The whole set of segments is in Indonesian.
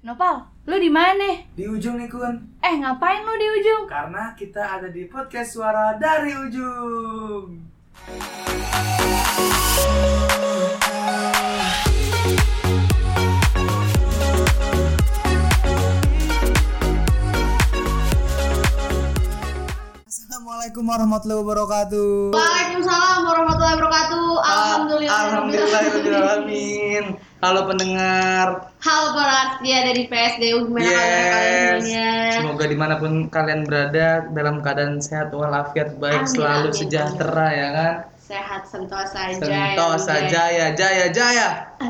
Nopal, lu di mana? Di ujung nih Kun. Ngapain lu di ujung? Karena kita ada di podcast Suara dari Ujung. Assalamualaikum warahmatullahi wabarakatuh. Waalaikumsalam warahmatullahi wabarakatuh. Alhamdulillahirrahmanirrahim. Halo pendengar. Halo para dia dari PSDU, gimana kabar kalian semuanya? Semoga dimanapun kalian berada dalam keadaan sehat walafiat baik, Amin, selalu amin, sejahtera ya kan. Sehat sentosa Sentosa jaya. Jaya.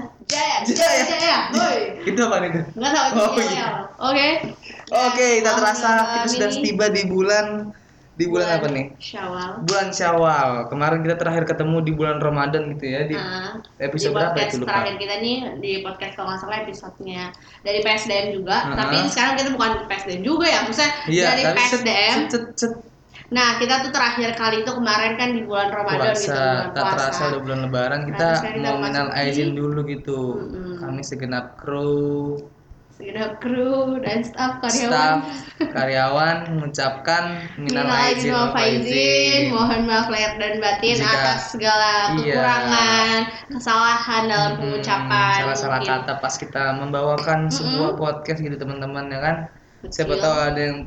Hoi. Itu apa nih? Enggak tahu Oh, itu iya. Oke, Tak terasa kita sudah ini tiba di bulan apa nih? Syawal. Bulan Syawal. Kemarin kita terakhir ketemu di bulan Ramadan gitu ya, di episode di berapa podcast itu lupa. terakhir kita nih di podcast kalau nggak salah episodenya dari PSDM juga. Tapi sekarang kita bukan PSDM juga ya, maksudnya dari PSDM. Nah, kita tuh terakhir kali itu kemarin kan di bulan Ramadan gitu, bulan Tak puasa. terasa udah bulan Lebaran, kita mau minal aizin dulu gitu. Kami segenap kru dan staf karyawan mengucapkan minal aizin wal faizin, faizin. mohon maaf lahir dan batin Jika- atas segala kekurangan, kesalahan dalam pengucapan. Salah-salah mungkin. kata pas kita membawakan sebuah podcast gitu teman-teman ya kan. Siapa tahu ada yang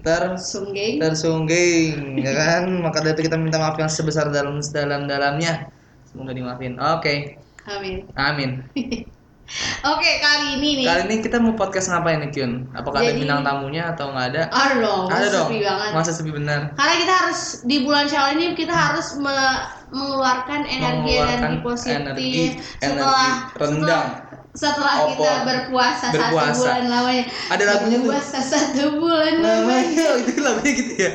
tersungging ya kan. Maka dari itu kita minta maaf yang sebesar dalamnya. Semoga dimaafin. Oke. Amin. Oke, kali ini nih. Kali ini kita mau podcast ngapain nih Kyun? Apakah ada Jadi- bintang tamunya atau nggak ada? Ada dong, Ada dong. sepi banget. Masa sepi benar? Karena kita harus di bulan Syawal ini kita harus mengeluarkan energi positif setelah rendang. setelah kita berpuasa 1 bulan lamanya. Ada lagunya tuh. Berpuasa 1 bulan Namanya itu lagunya gitu ya.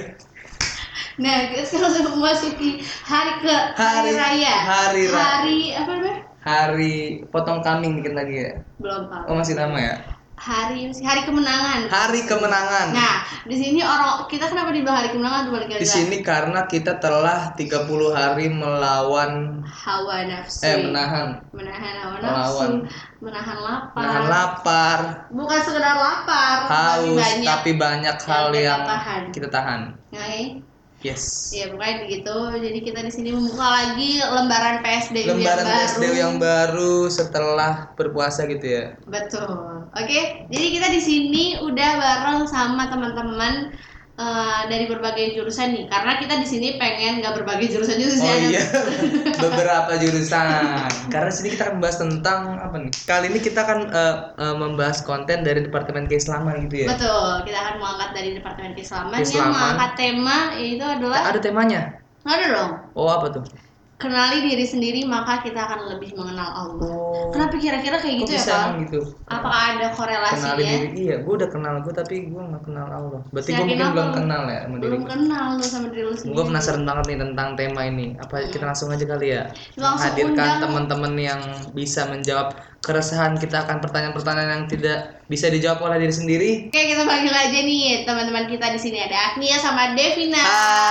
Nah, kita sekarang memasuki hari raya. Hari apa namanya? Hari potong kambing dikit lagi ya. Belum tahu. Oh masih lama ya. Hari kemenangan. Hari kemenangan. Nah, di sini kita kenapa dibilang hari kemenangan tuh balik Di sini karena kita telah 30 hari melawan hawa nafsu. menahan Hawa Melawan. nafsu, menahan lapar. menahan lapar, Bukan sekedar lapar, haus, tapi banyak hal yang kita tahan. Oke. Yes. Ya pokoknya begitu. Jadi kita di sini membuka lagi lembaran PSDU yang baru setelah berpuasa gitu ya. Betul. Oke. Jadi kita di sini udah bareng sama teman-teman dari berbagai jurusan nih. Karena kita di sini pengen nggak berbagai jurusan juga sih. Oh iya. Beberapa jurusan. Karena sini kita akan membahas tentang apa nih? Kali ini kita akan membahas konten dari Departemen Keislaman gitu ya. Betul. Kita akan mengangkat dari Departemen Keislaman yang mengangkat tema yaitu adalah. Ada temanya? Ada dong. Oh apa tuh? Kenali diri sendiri maka kita akan lebih mengenal Allah. Oh. Kenapa kira-kira kayak gitu ya Pak? Gitu? Apakah ada korelasinya? Kenali diri, iya. Gue udah kenal gue tapi gue nggak kenal Allah. Berarti gue mungkin belum kenal ya sama diri. Belum kenal lu sama diri lu sendiri. Gue penasaran banget nih tentang tema ini. Apa kita langsung aja kali ya? Langsung hadirkan undang. Teman-teman yang bisa menjawab keresahan kita akan pertanyaan-pertanyaan yang tidak bisa dijawab oleh diri sendiri. Oke, kita panggil aja nih teman-teman kita di sini ada Agnia sama Devina.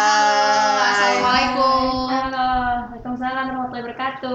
Hai. Assalamualaikum. Halo, Waalaikumsalam warahmatullahi wabarakatuh.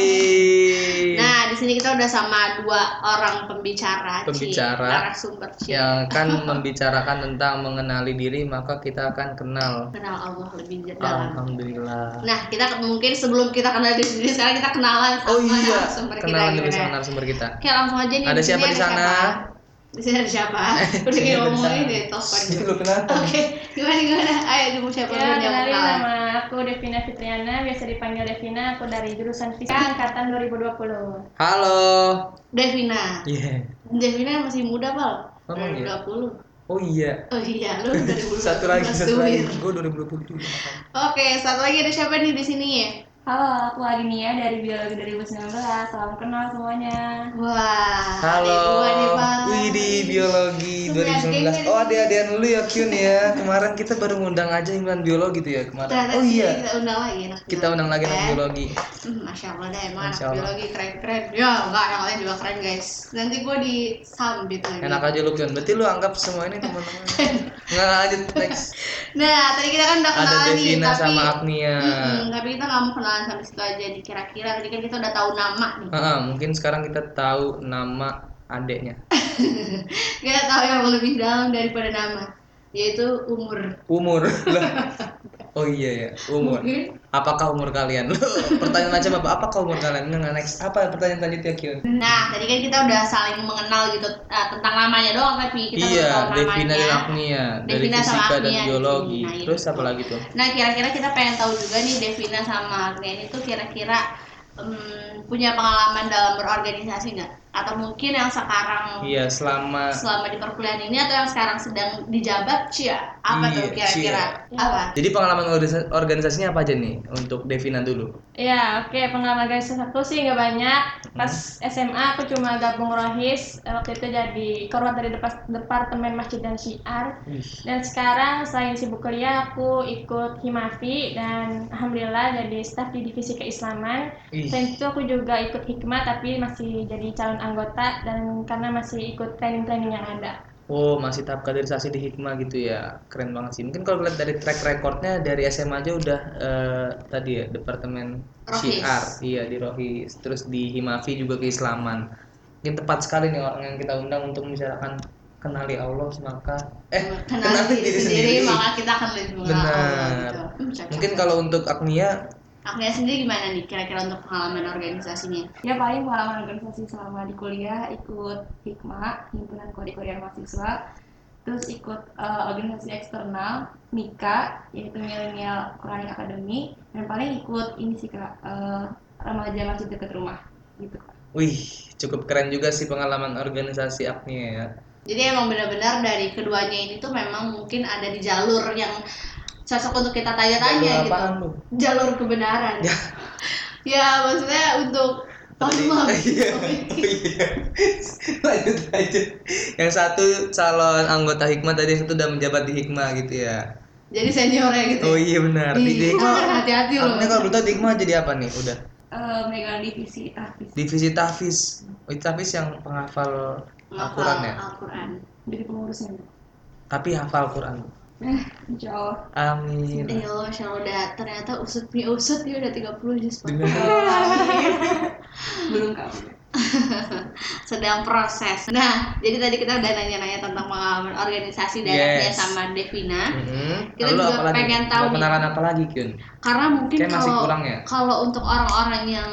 Yeay. Nah, di sini kita udah sama 2 orang pembicara. Narasumber yang akan membicarakan tentang mengenali diri, maka kita akan kenal Allah lebih dalam. Alhamdulillah. Nah, kita mungkin sebelum kita kenal diri sendiri, sekarang kita kenalan sama narasumber kita. Kenalan dulu sama narasumber kita. Oke, langsung aja nih. Ada siapa di sana? Di sini ada siapa? Udah kayak ngomongin deh, telepon Lu kenapa? Oke, gimana? Ayo dulu siapa dulu yang Kenalin, kenalan? nama aku Devina Fitriana, biasa dipanggil Devina. Aku dari jurusan Fisika angkatan 2020. Halo. Devina. Iya. Devina masih muda, Pal. Oh, iya. 2020. Oh iya. Oh iya, lu 2020. Satu lagi. Gue 2020 juga. Oke, satu lagi ada siapa nih di sini ya? Halo, aku Agnia dari Biologi 2019. Salam kenal semuanya. Wah. Halo. Nih, Bang. Widih, Biologi 2019. Oh, adik-adian dulu ya Kyun ya. Kemarin kita baru ngundang aja yang biologi tuh ya kemarin. Ternyata Oh iya. Kita undang lagi anak Kita undang lagi anak biologi. Masya Allah deh, emang Masya anak Allah. biologi keren-keren. Ya, enggak, yang lain juga keren guys. Nanti gue disambit lagi. Enak aja lu Kyun. Berarti lu anggap semua ini teman-teman. Nggak lanjut next. Nah, tadi kita kan udah Ada kenalan nih, Devina tapi sama Agnia. tapi kita nggak mau kenalan sampai situ aja. Kira-kira tadi kan kita udah tahu nama nih. Mungkin sekarang kita tahu nama adeknya? Kita tahu yang lebih dalam daripada nama, yaitu umur lah. Oh iya ya, umur. Mungkin? Apakah umur kalian? Pertanyaan macam apa? Apakah umur kalian? Next, apa pertanyaan selanjutnya, Kyun? Nah, tadi kan kita udah saling mengenal gitu tentang namanya doang, tapi kita belum tahu namanya. Devina dan Agnia, dari fisika dan biologi. Nah, terus apa lagi tuh? Nah, kira-kira kita pengen tahu juga nih Devina sama Agnia ini tuh kira-kira punya pengalaman dalam berorganisasi nggak? Atau mungkin yang sekarang selama di perkuliahan ini atau yang sekarang sedang dijabat apa tuh kira-kira apa? Jadi pengalaman organisasinya apa aja nih untuk Devina dulu? Pengalaman organisasi aku sih nggak banyak. Pas SMA aku cuma gabung Rohis, waktu itu jadi korwat dari Departemen Masjid dan Syiar. Dan sekarang selain sibuk kuliah aku ikut Himafi dan alhamdulillah jadi staf di divisi keislaman. Selain itu aku juga ikut hikmah tapi masih jadi calon anggota dan karena masih ikut training-training yang ada. Oh, masih tahap kaderisasi di hikmah gitu ya. Keren banget sih. Mungkin kalau lihat dari track recordnya dari SMA aja udah tadi ya Departemen Syiar, di Rohis. Terus di Himafi juga keislaman. Mungkin tepat sekali nih orang yang kita undang untuk membicarakan kenali Allah maka kenali diri sendiri maka kita akan lebih mengenal Allah gitu. Mungkin kalau untuk Agnia sendiri gimana nih kira-kira untuk pengalaman organisasinya? Ya paling pengalaman organisasi selama di kuliah ikut hikmah, himpunan kode-kodean mahasiswa, terus ikut organisasi eksternal MIKA yaitu Millennial Quranic Academy, dan paling ikut ini sih Kak, remaja masjid dekat rumah gitu Kak. Wih, cukup keren juga sih pengalaman organisasi Agnia ya. Jadi emang benar-benar dari keduanya ini tuh memang mungkin ada di jalur yang cocok untuk kita tanya-tanya gitu. Jalur kebenaran. Ya maksudnya untuk lanjut. Yang satu calon anggota hikmah tadi, yang satu udah menjabat di hikmah gitu ya. Jadi seniornya gitu. Oh iya benar. Di hikmah. Hati-hati loh. Kalau belum tahu di hikmah jadi apa nih? Udah. Megang divisi tahfiz. Divisi tahfiz. Tahfiz yang penghafal Al-Quran ya. Al-Quran. Jadi pengurusnya. Tapi hafal Quran. Insya Allah. Amin. Ya Allah, Masya Allah, ternyata usut dia udah 30 juz. Belum kamu. Sedang proses. Nah, jadi tadi kita udah nanya-nanya tentang pengalaman organisasi dari sama Devina. Kita lalu juga pengen tahu kenalan apa lagi, Kyun? Karena mungkin kalau untuk orang-orang yang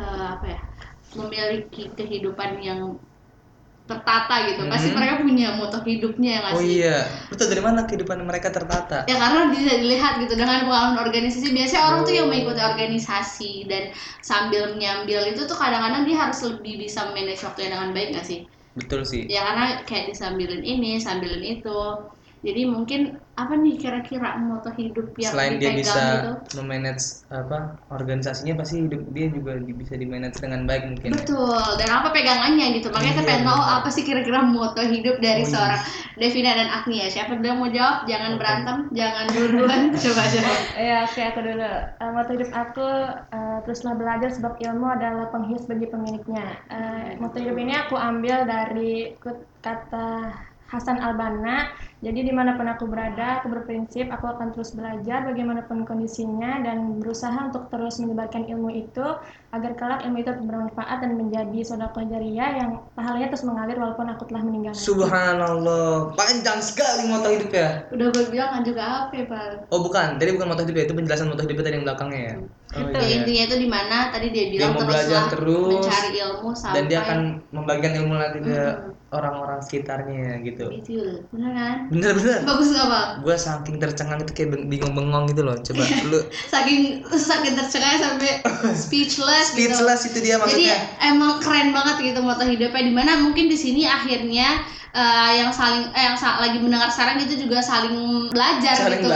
memiliki kehidupan yang tertata gitu, pasti mereka punya moto hidupnya nggak sih? Oh iya, betul. Dari mana kehidupan mereka tertata? Ya karena bisa dilihat gitu dengan pengalaman organisasi. Biasanya orang tuh yang mengikuti organisasi dan sambil menyambil itu tuh kadang-kadang dia harus lebih bisa manage waktunya dengan baik nggak sih? Betul sih. Ya karena kayak disambilin ini, sambilin itu. Jadi mungkin apa nih kira-kira moto hidup yang selain dia bisa gitu? memanage organisasinya, pasti hidup dia juga bisa dimanage dengan baik mungkin. Betul. Dan apa pegangannya gitu. Makanya kita pengen tahu apa sih kira-kira moto hidup dari seorang Devina dan Agnia. Siapa dulu yang mau jawab? Jangan berantem, jangan duluan. Coba jawab. Aku dulu. Moto hidup aku teruslah belajar sebab ilmu adalah penghias bagi pemiliknya. Moto hidup ini aku ambil dari kata Hasan Al-Banna. Jadi dimanapun aku berada, aku berprinsip aku akan terus belajar bagaimanapun kondisinya dan berusaha untuk terus menyebarkan ilmu itu agar kelak ilmu itu bermanfaat dan menjadi sedekah jariyah yang pahalanya terus mengalir walaupun aku telah meninggal. Subhanallah, panjang sekali moto hidup ya. Udah gue bilang kan juga apa ya, Pak? Oh bukan, tadi bukan moto hidup ya, itu penjelasan moto hidup tadi yang belakangnya ya. Intinya itu di mana tadi dia bilang dia belajar terus mencari ilmu sampai dan dia akan membagikan ilmu lagi ke orang-orang sekitarnya gitu. Itu benar kan? Bener. Bagus nggak Bang? Gue saking tercengang itu kayak bingung bengong gitu loh. Coba lu saking tercengang sampai speechless gitu. Itu dia maksudnya. Jadi emang keren banget gitu moto hidupnya, di mana mungkin di sini akhirnya yang lagi mendengar sekarang itu juga saling belajar,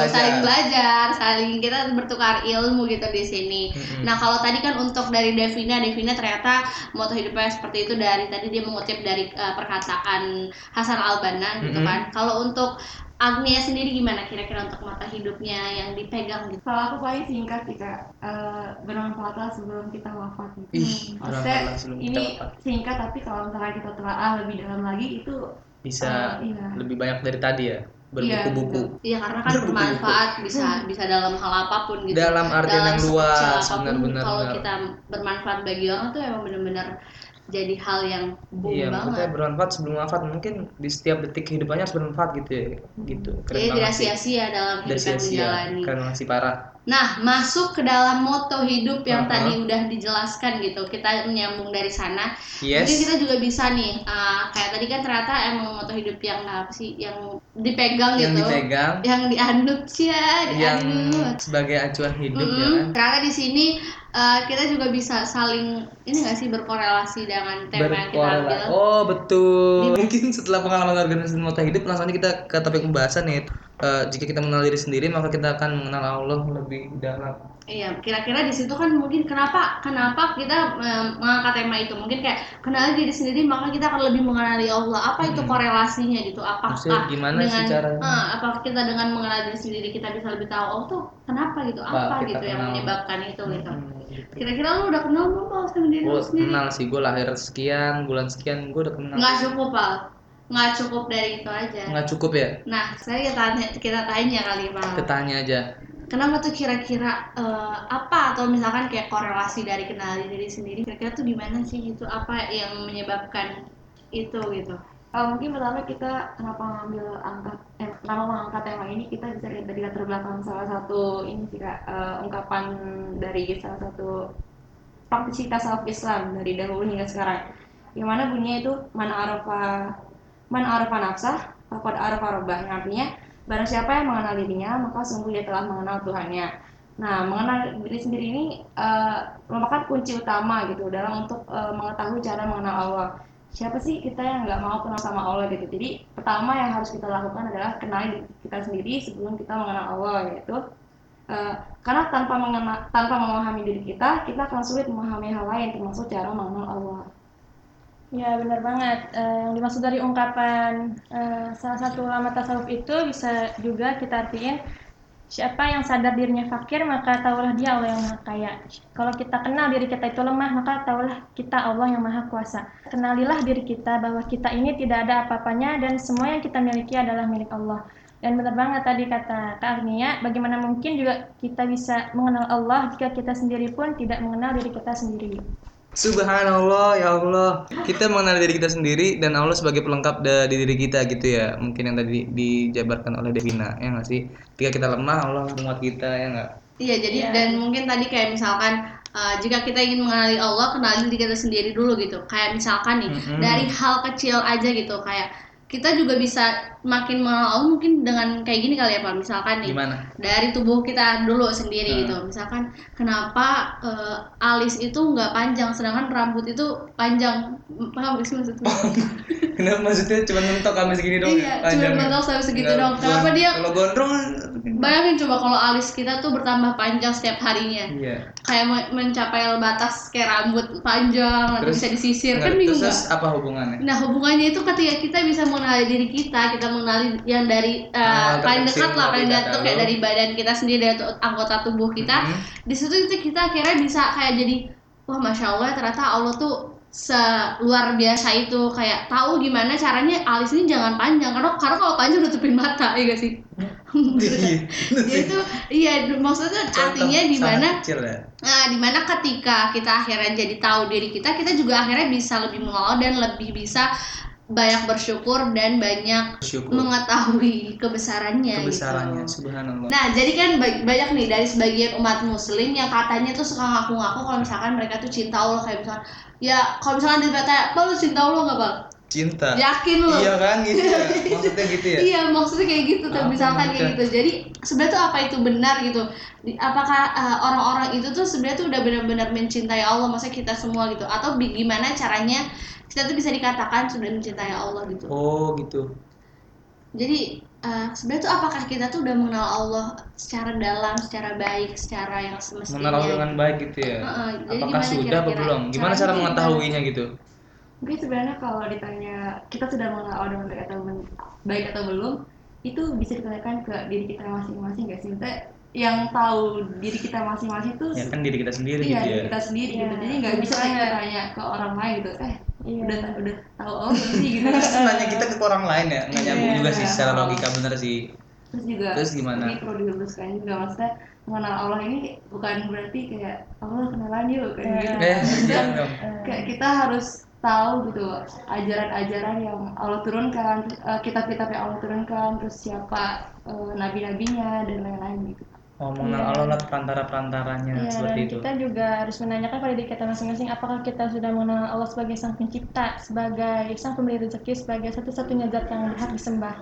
saling kita bertukar ilmu gitu di sini. Nah kalau tadi kan untuk dari Devina ternyata moto hidupnya seperti itu, dari tadi dia mengutip dari perkataan Hasan Al-Banna gitu kan. Kalau untuk Agnia sendiri gimana kira-kira untuk moto hidupnya yang dipegang gitu? Kalau aku paling singkat sih Kak, bermanfaatlah sebelum kita wafat gitu. Maksudnya ini singkat, tapi kalau misalnya kita telah lebih dalam lagi itu bisa lebih banyak dari tadi ya, berbuku-buku. Iya karena kan bermanfaat bisa dalam hal apapun gitu. Dalam artian yang luas, benar-benar. Kalau kita bermanfaat bagi orang tuh emang benar-benar jadi hal yang boom iya, banget. Iya, bermanfaat sebelum wafat, mungkin di setiap detik kehidupannya harus bermanfaat gitu ya, gitu. Keren jadi tidak sia-sia dalam hidup yang menjalani. Keren banget sih, parah. Nah, masuk ke dalam moto hidup yang tadi udah dijelaskan gitu. Kita menyambung dari sana. Yes. Mungkin kita juga bisa nih, kayak tadi kan ternyata emang moto hidup yang apa sih, yang dipegang gitu. Yang dipegang. Yang dianut ya, dianut. Yang sebagai acuan hidup ya kan. Ternyata di sini kita juga bisa saling ini nggak sih berkorelasi dengan tema yang kita ambil. Oh betul. Mungkin setelah pengalaman organisasi moto hidup, langsung aja kita ke topik pembahasan nih. Jika kita mengenal diri sendiri, maka kita akan mengenal Allah lebih dalam. Iya, kira-kira di situ kan mungkin kenapa kita mengangkat tema itu, mungkin kayak kenali diri sendiri maka kita akan lebih mengenali Allah. Apa itu korelasinya gitu? Apakah gimana dengan apakah kita dengan mengenal diri sendiri kita bisa lebih tahu oh tuh kenapa gitu, apa gitu yang menyebabkan itu gitu. Kira-kira lu udah kenal belum sama diri lu sendiri? Kenal sih, gue lahir sekian, bulan sekian, gue udah kenal. Nggak cukup, Pak. Nggak cukup dari itu aja. Nggak cukup ya? Nah, kita tanya kali, Pak. Kita tanya aja. Kenapa tuh kira-kira apa atau misalkan kayak korelasi dari kenali diri sendiri, kira-kira tuh gimana sih gitu, apa yang menyebabkan itu gitu? Mungkin pertama kita kenapa mengangkat tema ini, kita bisa lihat dari latar belakang salah satu ini sih Kak, ungkapan dari salah satu praktisi tasawuf Islam dari dahulu hingga sekarang, yang mana bunyinya itu man arafa nafsah faqad arafa rabbah, yang artinya barang siapa yang mengenal dirinya maka sungguh dia telah mengenal Tuhannya. Nah, mengenal diri sendiri ini merupakan kunci utama gitu dalam untuk mengetahui cara mengenal Allah. Siapa sih kita yang nggak mau kenal sama Allah gitu. Jadi pertama yang harus kita lakukan adalah kenali kita sendiri sebelum kita mengenal Allah, yaitu karena tanpa memahami diri kita akan sulit memahami hal lain termasuk cara mengenal Allah. Ya benar banget, yang dimaksud dari ungkapan salah satu ulama tasawuf itu bisa juga kita artiin, siapa yang sadar dirinya fakir maka taulah dia Allah yang maha kaya. Kalau kita kenal diri kita itu lemah, maka taulah kita Allah yang maha kuasa. Kenalilah diri kita bahwa kita ini tidak ada apa-apanya dan semua yang kita miliki adalah milik Allah. Dan benar banget tadi kata Kak Agnia, bagaimana mungkin juga kita bisa mengenal Allah jika kita sendiri pun tidak mengenal diri kita sendiri. Subhanallah, ya Allah, kita mengenal diri kita sendiri dan Allah sebagai pelengkap dari diri kita gitu ya. Mungkin yang tadi dijabarkan oleh Devina, ya nggak sih? Ketika kita lemah, Allah menguat kita, ya nggak? Iya, jadi dan mungkin tadi kayak misalkan jika kita ingin mengenali Allah, kenali diri kita sendiri dulu gitu. Kayak misalkan nih, dari hal kecil aja gitu, kayak kita juga bisa makin mengenal Allah mungkin dengan kayak gini kali ya Pak, misalkan nih. Gimana? Dari tubuh kita dulu sendiri gitu, misalkan kenapa alis itu nggak panjang sedangkan rambut itu panjang, paham gak sih maksudnya? Kenapa maksudnya cuma mentok sampai segini dong? Iya, cuma mentok sampai segitu dong. Kenapa dia? Kalau gondrong, bayangin coba kalau alis kita tuh bertambah panjang setiap harinya. Iya. Kayak mencapai batas kayak rambut panjang atau bisa disisir, kan bingung nggak? Terus apa hubungannya? Nah hubungannya itu ketika kita bisa mengenali diri kita mengenali yang dari paling dekat lah, paling dekat kayak dari badan kita sendiri, dari anggota tubuh kita. Di situ kita akhirnya bisa kayak jadi wah masya Allah ternyata Allah tuh seluar biasa itu, kayak tahu gimana caranya alis ini jangan panjang karena kalau panjang nutupin mata, ya gak sih? Itu iya maksudnya artinya dimana ketika kita akhirnya jadi tahu diri kita juga akhirnya bisa lebih mengenal dan lebih bisa banyak bersyukur dan banyak mengetahui kebesarannya gitu. Subhanallah. Nah jadi kan banyak nih dari sebagian umat muslim yang katanya tuh suka ngaku-ngaku kalau misalkan mereka tuh cinta Allah, kayak misalkan ya kalau misalkan ditanya Bang lu cinta Allah nggak Bang? Cinta. Yakin lu? Iya kan gitu ya. Maksudnya gitu ya? Iya maksudnya kayak gitu tuh, misalkan kayak gitu. Jadi sebenarnya tuh apa itu benar gitu? Apakah orang-orang itu tuh sebenarnya tuh udah benar-benar mencintai Allah, maksudnya kita semua gitu? Atau gimana caranya kita tuh bisa dikatakan sudah mencintai Allah gitu? Oh gitu. Jadi sebenarnya tuh apakah kita tuh udah mengenal Allah secara dalam, secara baik, secara yang semestinya? Mengenal dengan baik gitu ya? Apakah sudah atau belum? Gimana cara mengetahuinya gitu? Mungkin sebenarnya kalau ditanya kita sudah mengenal Allah dengan baik atau belum, itu bisa ditanyakan ke diri kita masing-masing gak sih? Maksudnya yang tahu diri kita masing-masing tuh ya kan diri kita sendiri gitu ya. Diri kita sendiri gitu. Jadi nggak bisa kita tanya ke orang lain gitu. Udah tahu Allah sih gitu. Terus nanya kita ke orang lain ya, nggak nyambung juga sih secara logika, bener sih. Terus gimana? Ini perlu diluruskan juga, maksudnya mengenal Allah ini bukan berarti kayak Allah kenalan yuk kayak gitu. Kayak kita harus tahu gitu ajaran-ajaran yang Allah turunkan, kitab-kitab yang Allah turunkan, terus siapa nabi-nabinya dan lain-lain gitu. Mengenal Allah lah perantara-perantaranya seperti itu. Kita juga harus menanyakan pada diri kita masing-masing, apakah kita sudah mengenal Allah sebagai Sang Pencipta, sebagai Sang Pemberi rezeki, sebagai satu-satunya zat yang berhak disembah.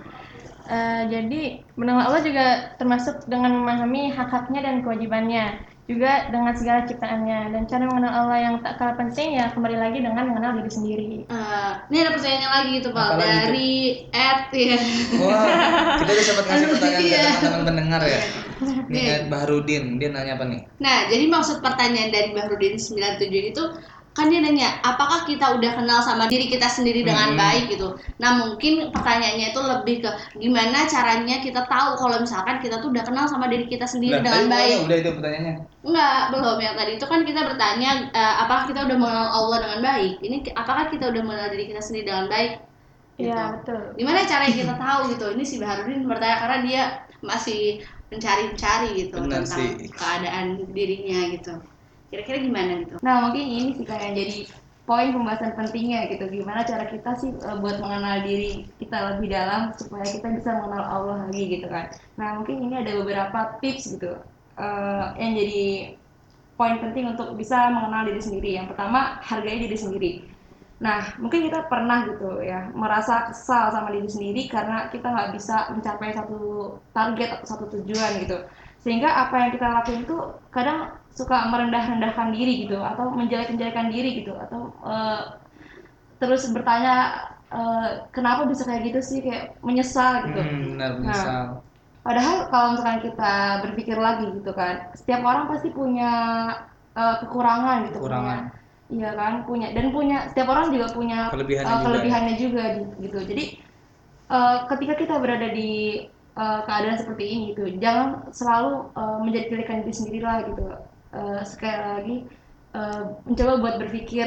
Jadi mengenal Allah juga termasuk dengan memahami hak-haknya dan kewajibannya, juga dengan segala ciptaannya. Dan cara mengenal Allah yang tak kalah penting ya kembali lagi dengan mengenal diri sendiri. Ini ada pertanyaannya lagi gitu Pak, dari Ed ya. Wah, kita udah sempat ngasih pertanyaan ke teman-teman pendengar ya. Nih Ed Bahrudin, dia nanya apa nih? Nah, jadi maksud pertanyaan dari Bahrudin 97 itu kan dia nanya, apakah kita udah kenal sama diri kita sendiri dengan baik gitu. Nah, mungkin pertanyaannya itu lebih ke gimana caranya kita tahu kalau misalkan kita tuh udah kenal sama diri kita sendiri dengan baik. Udah itu pertanyaannya? Enggak, belum. Yang tadi itu kan kita bertanya apakah kita udah mengenal Allah dengan baik. Ini apakah kita udah mengenal diri kita sendiri dengan baik? Iya, gitu. Betul. Gimana caranya kita tahu gitu. Ini si Bahrudin bertanya karena dia masih mencari-cari gitu tentang keadaan dirinya gitu. Kira-kira gimana gitu? Nah, mungkin ini sih kayak jadi poin pembahasan pentingnya gitu. Gimana cara kita sih buat mengenal diri kita lebih dalam supaya kita bisa mengenal Allah lagi gitu kan. Nah, mungkin ini ada beberapa tips gitu yang jadi poin penting untuk bisa mengenal diri sendiri. Yang pertama, hargai diri sendiri. Nah, mungkin kita pernah gitu ya merasa kesal sama diri sendiri karena kita nggak bisa mencapai satu target atau satu tujuan gitu. Sehingga apa yang kita lakuin itu kadang suka merendah-rendahkan diri gitu atau menjelek-jelekan diri gitu atau terus bertanya kenapa bisa kayak gitu sih, kayak menyesal gitu. Benar, menyesal. Nah, padahal kalau misalkan kita berpikir lagi gitu kan, setiap orang pasti punya kekurangan gitu. Iya kan, setiap orang juga punya kelebihannya juga gitu. Jadi ketika kita berada di keadaan seperti ini gitu, jangan selalu menjadi-jadikan diri sendiri lah gitu. Sekali lagi mencoba buat berpikir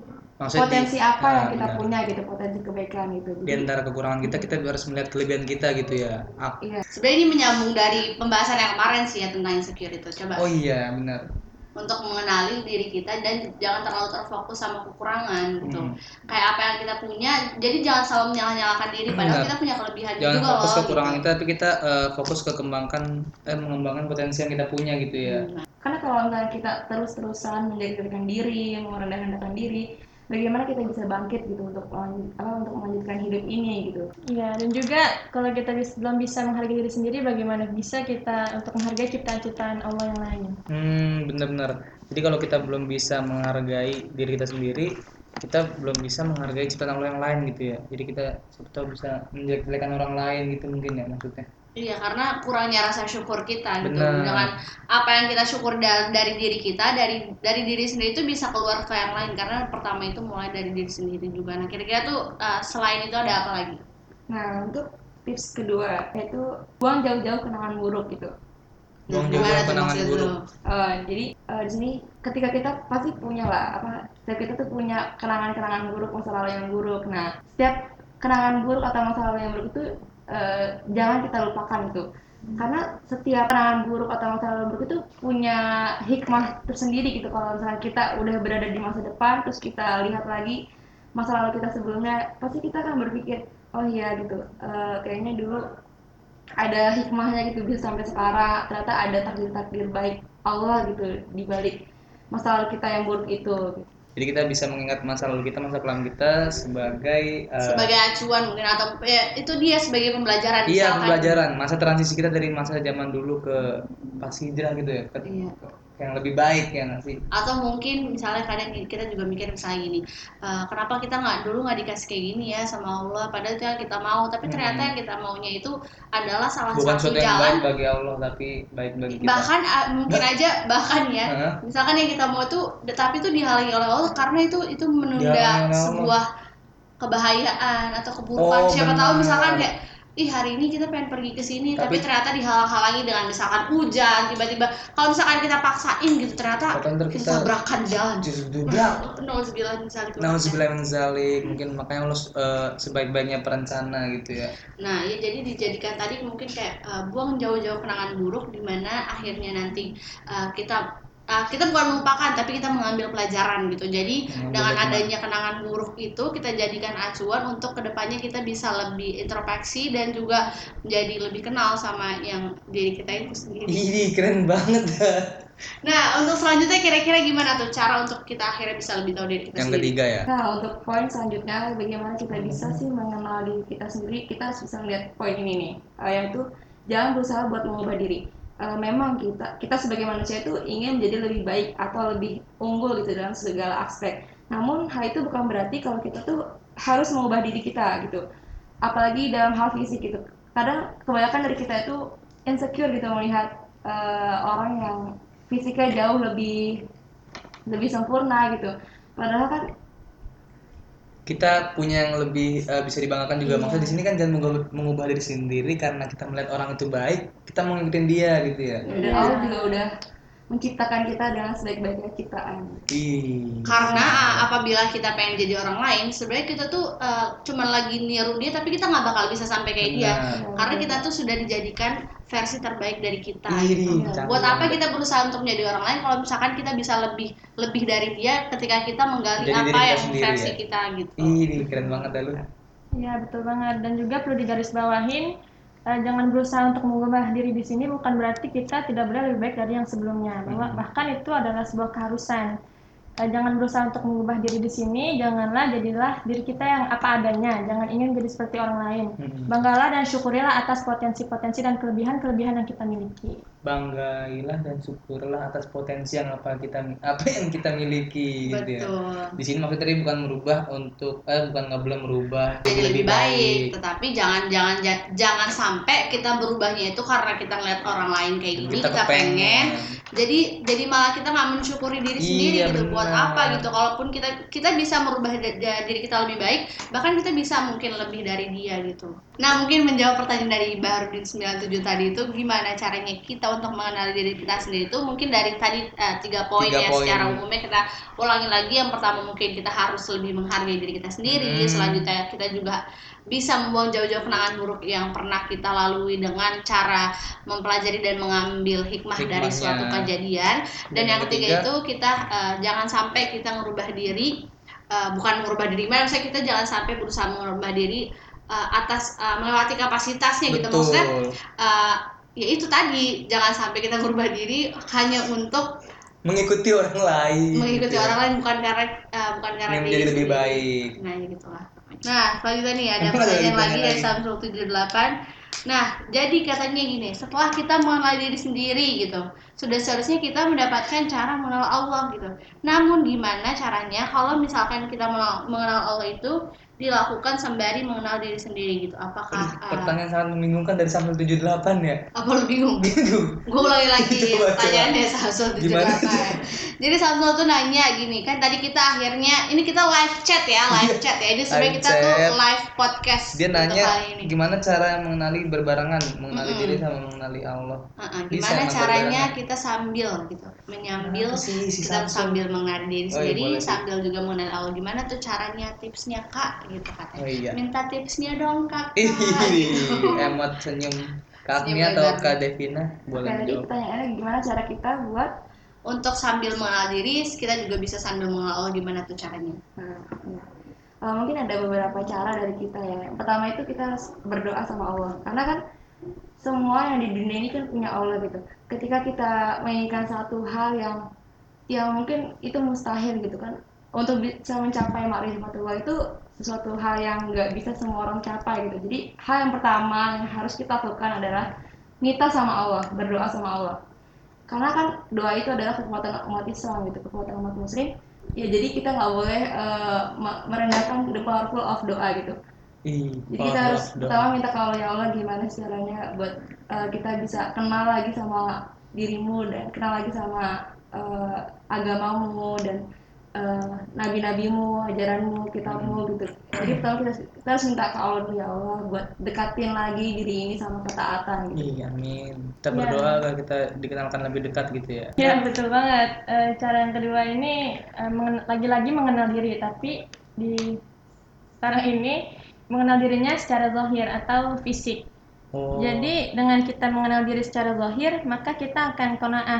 potensi apa yang kita punya gitu, potensi kebaikan gitu. Di antara kekurangan kita harus melihat kelebihan kita gitu ya. Iya. Sebenarnya ini menyambung dari pembahasan yang kemarin sih ya tentang insecure itu. Coba. Oh iya, benar. Untuk mengenali diri kita dan jangan terlalu terfokus sama kekurangan gitu. Kayak apa yang kita punya, jadi jangan selalu menyalahkan diri padahal kita punya kelebihan juga loh. Jangan fokus ke kekurangan kita, tapi kita fokus ke mengembangkan potensi yang kita punya gitu ya. Karena kalau misalnya kita terus-terusan menjadikan diri, merendah-rendahkan diri, bagaimana kita bisa bangkit gitu untuk melanjutkan hidup ini gitu. Iya, dan juga kalau kita belum bisa menghargai diri sendiri, bagaimana bisa kita untuk menghargai ciptaan-ciptaan Allah yang lain. Benar-benar. Jadi kalau kita belum bisa menghargai diri kita sendiri, kita belum bisa menghargai ciptaan Allah yang lain gitu ya. Jadi kita bisa menjelek-jelekan orang lain gitu mungkin ya maksudnya. Iya, karena kurangnya rasa syukur kita gitu. Dengan apa yang kita syukur dari diri kita, dari diri sendiri itu bisa keluar ke yang lain. Karena pertama itu mulai dari diri sendiri juga. Nah, kira-kira tuh selain itu ada apa lagi? Nah, untuk tips kedua yaitu buang jauh-jauh kenangan buruk gitu. Buang jauh-jauh kenangan buruk. Jadi di sini ketika kita pasti punya lah setiap kita tuh punya kenangan-kenangan buruk, masa lalu yang buruk. Nah, setiap kenangan buruk atau masa lalu yang buruk itu jangan kita lupakan itu, karena setiap kenangan buruk atau masa lalu buruk itu punya hikmah tersendiri gitu. Kalau misalnya kita udah berada di masa depan terus kita lihat lagi masa lalu kita sebelumnya, pasti kita akan berpikir oh iya gitu, kayaknya dulu ada hikmahnya gitu bisa sampai sekarang, ternyata ada takdir baik Allah gitu di balik masa lalu kita yang buruk itu gitu. Jadi kita bisa mengingat masa lalu kita, masa kelam kita sebagai acuan mungkin, atau ya, itu dia sebagai pembelajaran. Iya, pembelajaran. Masa transisi kita dari masa zaman dulu ke pas hijrah gitu ya. Yang lebih baik ya nggak sih? Atau mungkin misalnya kadang kita juga mikir misalnya gini, kenapa kita dulu nggak dikasih kayak gini ya sama Allah, padahal itu yang kita mau, tapi ternyata yang kita maunya itu adalah salah bukan satu jalan. Bukan yang baik bagi Allah, tapi baik bagi kita. Bahkan mungkin aja misalkan yang kita mau tuh, tapi itu dihalangi oleh Allah karena itu menunda sebuah kebahayaan atau keburukan. Siapa tahu misalkan kayak hari ini kita pengen pergi ke sini tapi ternyata dihalang-halangi dengan misalkan hujan tiba-tiba. Kalau misalkan kita paksain gitu ternyata kita tabrakan jalan. Nauzubillah min zalik. Mungkin makanya lo sebaik-baiknya perencana gitu ya. Nah, ya jadi dijadikan tadi mungkin kayak buang jauh-jauh kenangan buruk di mana akhirnya nanti kita kita bukan melupakan tapi kita mengambil pelajaran gitu. Jadi dengan adanya kenangan buruk itu kita jadikan acuan untuk kedepannya kita bisa lebih introspeksi dan juga menjadi lebih kenal sama yang diri kita itu sendiri. Ih, keren banget. Nah, untuk selanjutnya kira-kira gimana tuh cara untuk kita akhirnya bisa lebih tahu diri kita yang sendiri? Yang ketiga ya. Nah, untuk poin selanjutnya bagaimana kita bisa sih mengenal diri kita sendiri, kita harus bisa melihat poin ini nih, yaitu jangan berusaha buat mengubah diri. Memang kita sebagai manusia itu ingin menjadi lebih baik atau lebih unggul gitu dalam segala aspek. Namun hal itu bukan berarti kalau kita tuh harus mengubah diri kita gitu. Apalagi dalam hal fisik gitu. Kadang kebanyakan dari kita itu insecure gitu melihat orang yang fisiknya jauh lebih sempurna gitu. Padahal kan kita punya yang lebih bisa dibanggakan juga. Maksudnya di sini kan jangan mengubah diri sendiri karena kita melihat orang itu baik, kita mau ngikutin dia gitu ya. Dan Allah juga udah menciptakan kita dengan sebaik-baiknya ciptaan. Karena apabila kita pengen jadi orang lain, sebenarnya kita tuh cuma lagi niru dia, tapi kita nggak bakal bisa sampai kayak dia. Karena kita tuh sudah dijadikan versi terbaik dari kita. Gitu. Buat apa kita berusaha untuk menjadi orang lain kalau misalkan kita bisa lebih dari dia ketika kita menggali jadi apa yang versi kita gitu. Keren banget dah lu. Iya, betul banget. Dan juga perlu digarisbawahin, jangan berusaha untuk mengubah diri di sini bukan berarti kita tidak boleh lebih baik dari yang sebelumnya. Bahkan itu adalah sebuah keharusan. Jangan berusaha untuk mengubah diri di sini, janganlah jadilah diri kita yang apa adanya. Jangan ingin jadi seperti orang lain. Banggalah dan syukurilah atas potensi-potensi dan kelebihan-kelebihan yang kita miliki. Banggailah dan syukurlah atas potensi yang apa yang kita miliki gitu ya. Di sini maksudnya tadi bukan merubah untuk bukan nggak boleh merubah jadi lebih baik, tetapi jangan sampai kita berubahnya itu karena kita ngeliat orang lain kayak gini kita pengen jadi malah kita nggak mensyukuri diri sendiri gitu. Bener. Buat apa gitu, kalaupun kita bisa merubah diri kita lebih baik, bahkan kita bisa mungkin lebih dari dia gitu. Nah, mungkin menjawab pertanyaan dari Baharudin 97 tadi itu gimana caranya kita untuk mengenali diri kita sendiri itu mungkin dari tadi 3 poin ya. Secara umumnya kita ulangi lagi. Yang pertama mungkin kita harus lebih menghargai diri kita sendiri. Selanjutnya kita juga bisa membuang jauh-jauh kenangan buruk yang pernah kita lalui dengan cara mempelajari dan mengambil hikmahnya dari suatu kejadian. Dan yang ketiga itu kita jangan sampai kita merubah diri, bukan merubah diri, maksudnya kita jangan sampai berusaha merubah diri atas melewati kapasitasnya. Betul. Gitu maksudnya ya itu tadi, jangan sampai kita merubah diri hanya untuk mengikuti orang lain. Orang lain bukan karena menjadi lebih baik. Nah, ya gitulah. Nah, selanjutnya nih ada pertanyaan lagi dari Samsul 78. Nah, jadi katanya gini, setelah kita mengenal diri sendiri gitu, sudah seharusnya kita mendapatkan cara mengenal Allah gitu. Namun gimana caranya kalau misalkan kita mengenal Allah itu dilakukan sembari mengenal diri sendiri gitu? Apakah pertanyaan sangat membingungkan dari Samsul 78 ya? Apa lu bingung? Bingung. Gue ulangi lagi pertanyaannya Samsul 78. Jadi Samsul tuh nanya gini, kan tadi kita akhirnya ini kita live chat ya. Ini sebenarnya kita tuh live podcast. Dia nanya gimana cara mengenali berbarengan, mengenali diri sama mengenali Allah. Gimana caranya kita sambil gitu, menyambil kita sambil mengenali diri sendiri, sambil juga mengenali Allah. Gimana tuh caranya, tipsnya Kak? Gitu katanya. Minta tipsnya dong Kak. Emot senyum Kaknya atau Kak Devina boleh jawab. Pertanyaannya gimana cara kita buat untuk sambil mengenal diri, kita juga bisa sambil mengenal Allah, gimana tuh caranya? Mungkin ada beberapa cara dari kita ya. Yang pertama itu kita harus berdoa sama Allah, karena kan semua yang di dunia ini kan punya Allah gitu. Ketika kita menginginkan satu hal yang mungkin itu mustahil gitu kan, untuk bisa mencapai ma'rifatullah itu sesuatu hal yang nggak bisa semua orang capai gitu. Jadi hal yang pertama yang harus kita lakukan adalah minta sama Allah, berdoa sama Allah. Karena kan doa itu adalah kekuatan umat Islam gitu, kekuatan umat Muslim. Ya jadi kita nggak boleh merendahkan the powerful of doa gitu. Jadi kita harus pertama minta ke Allah, ya Allah gimana caranya buat kita bisa kenal lagi sama dirimu dan kenal lagi sama agamamu dan nabi-nabimu, ajaranmu, kitabmu gitu. Jadi pertama kita harus minta ke Allah, ya Allah buat dekatin lagi diri ini sama ketaatan gitu. Iya, amin. Kita berdoa agar kita dikenalkan lebih dekat gitu ya. Iya, betul banget. Cara yang kedua ini lagi-lagi mengenal diri, tapi di sekarang ini mengenal dirinya secara zahir atau fisik. Jadi dengan kita mengenal diri secara zahir, maka kita akan qanaah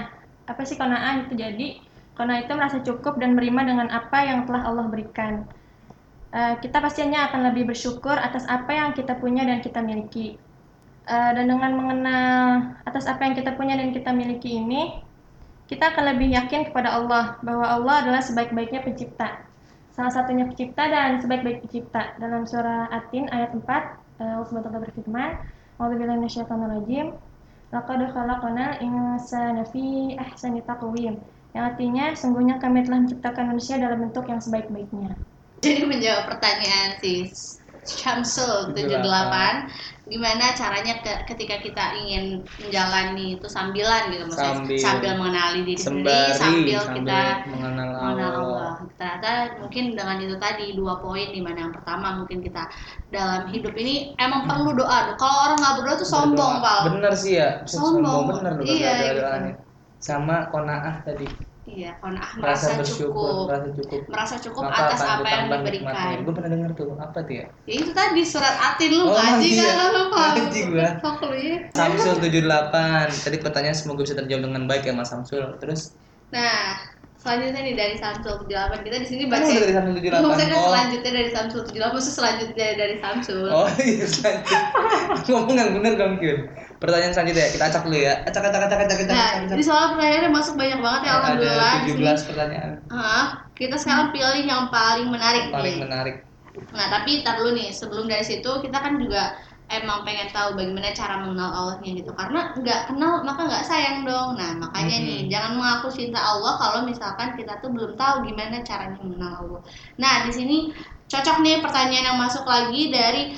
apa sih qanaah itu? Jadi qanaah itu merasa cukup dan menerima dengan apa yang telah Allah berikan. Kita pastinya akan lebih bersyukur atas apa yang kita punya dan kita miliki. Dan dengan mengenal atas apa yang kita punya dan kita miliki ini, kita akan lebih yakin kepada Allah bahwa Allah adalah sebaik-baiknya pencipta, salah satunya pencipta dan sebaik-baik pencipta. Dalam surah At-Tin ayat 4, Allah SWT berfirman, "A'udzubillahi minasyaitonirrajim, laqad khalaqnal insana fi ahsani taqwim." Yang artinya, sungguhnya kami telah menciptakan manusia dalam bentuk yang sebaik-baiknya. Jadi menjawab pertanyaan si Syamsul 78, gimana caranya ketika kita ingin menjalani itu sambilan gitu, maksudnya sambil mengenali diri sendiri, sambil kita mengenal Allah. Ternyata mungkin dengan itu tadi 2 poin, di mana yang pertama mungkin kita dalam hidup ini emang perlu doa. Kalau orang nggak berdoa tuh sombong, Pak. Bener sih ya, sombong bener loh. Iya, gitu. Sama qanaah tadi. Iya, qanaah merasa cukup atas apa yang diberikan. Gue pernah dengar tuh, apa tuh ya? Ya itu tadi surat At-Tin lu ngaji kan lu ngaji gua. Ya. Samsul 78. Tadi pertanyaan semoga bisa terjawab dengan baik ya Mas Samsul. Terus selanjutnya nih dari Samsul 78. Kita di sini baca dari Samsul 78. Maksudnya selanjutnya dari Samsul 78, maksudnya selanjutnya dari Samsul. Oh iya, selanjutnya. Ngomong yang bener dong, Kyun. Pertanyaan selanjutnya ya, kita acak dulu ya. Acak. Ini soal pertanyaannya masuk banyak banget ya, alhamdulillah. Ada 17 pertanyaan. Kita sekarang pilih yang paling menarik. Menarik. Nah, tapi tar dulu nih, sebelum dari situ kita kan juga emang pengen tahu bagaimana cara mengenal Allahnya gitu. Karena nggak kenal maka nggak sayang dong. Nah, makanya nih, jangan mengaku cinta Allah kalau misalkan kita tuh belum tahu gimana caranya mengenal Allah. Nah, di sini cocok nih pertanyaan yang masuk lagi dari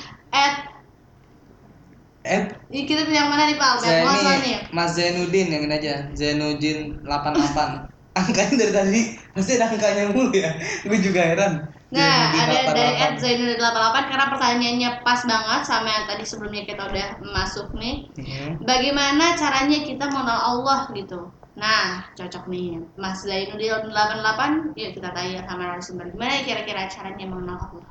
ini kita pilih yang mana nih Pak? Mas Zainuddin, yang ini aja. Zainuddin 88. Angkanya dari tadi masih ada angkanya mulu ya. Gue juga heran. Nah, ada dari @Zainuddin 88 karena pertanyaannya pas banget sama yang tadi sebelumnya kita udah masuk nih. Bagaimana caranya kita mengenal Allah gitu? Nah, cocok nih. Mas Zainuddin 88, yuk kita tanya sama narasumber. Gimana kira-kira caranya mengenal Allah?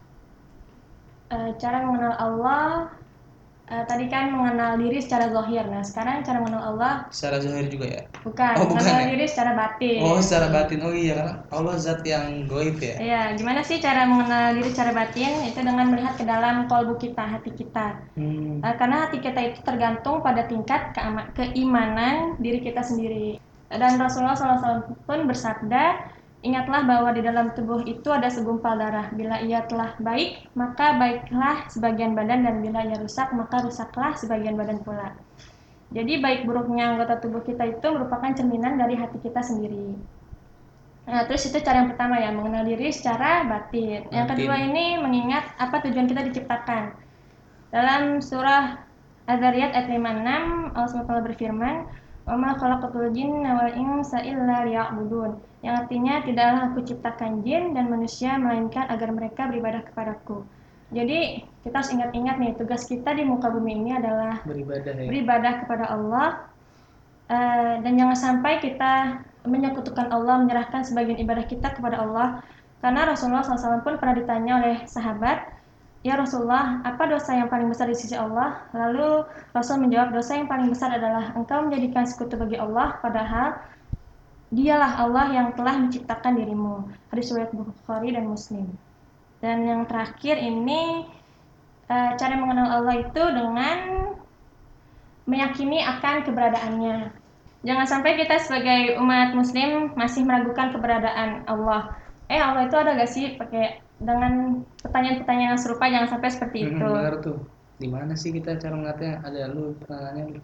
Cara mengenal Allah tadi kan mengenal diri secara zahir. Nah, sekarang cara mengenal Allah secara zahir juga ya? Bukan mengenal diri secara batin. Oh, secara batin. Oh iya, karena Allah zat yang gaib ya? Iya, gimana sih cara mengenal diri secara batin? Itu dengan melihat ke dalam qalbu kita, hati kita. Karena hati kita itu tergantung pada tingkat keimanan diri kita sendiri. Dan Rasulullah SAW pun bersabda, ingatlah bahwa di dalam tubuh itu ada segumpal darah. Bila ia telah baik, maka baiklah sebagian badan, dan bila ia rusak, maka rusaklah sebagian badan pula. Jadi baik buruknya anggota tubuh kita itu merupakan cerminan dari hati kita sendiri. Nah, terus itu cara yang pertama ya, mengenal diri secara batin. Yang kedua ini mengingat apa tujuan kita diciptakan. Dalam surah Az-Zariyat ayat 56, Allah SWT berfirman, "Wa ma khalaqatul jinna wal insa illa liya'budun." Yang artinya, tidaklah aku ciptakan jin dan manusia melainkan agar mereka beribadah kepadaku. Jadi kita harus ingat-ingat nih, tugas kita di muka bumi ini adalah beribadah kepada Allah, dan jangan sampai kita menyekutukan Allah, menyerahkan sebagian ibadah kita kepada Allah. Karena Rasulullah SAW pun pernah ditanya oleh sahabat, "Ya Rasulullah, apa dosa yang paling besar di sisi Allah?" Lalu Rasul menjawab, dosa yang paling besar adalah engkau menjadikan sekutu bagi Allah, padahal Dialah Allah yang telah menciptakan dirimu. Hadis riwayat Bukhari dan Muslim. Dan yang terakhir ini, cara mengenal Allah itu dengan meyakini akan keberadaannya. Jangan sampai kita sebagai umat Muslim masih meragukan keberadaan Allah. Allah itu ada gak sih? Pakai dengan pertanyaan-pertanyaan yang serupa, jangan sampai seperti itu. Benar tuh. Di mana sih kita cara mengatakan? Ada lu pertanyaannya?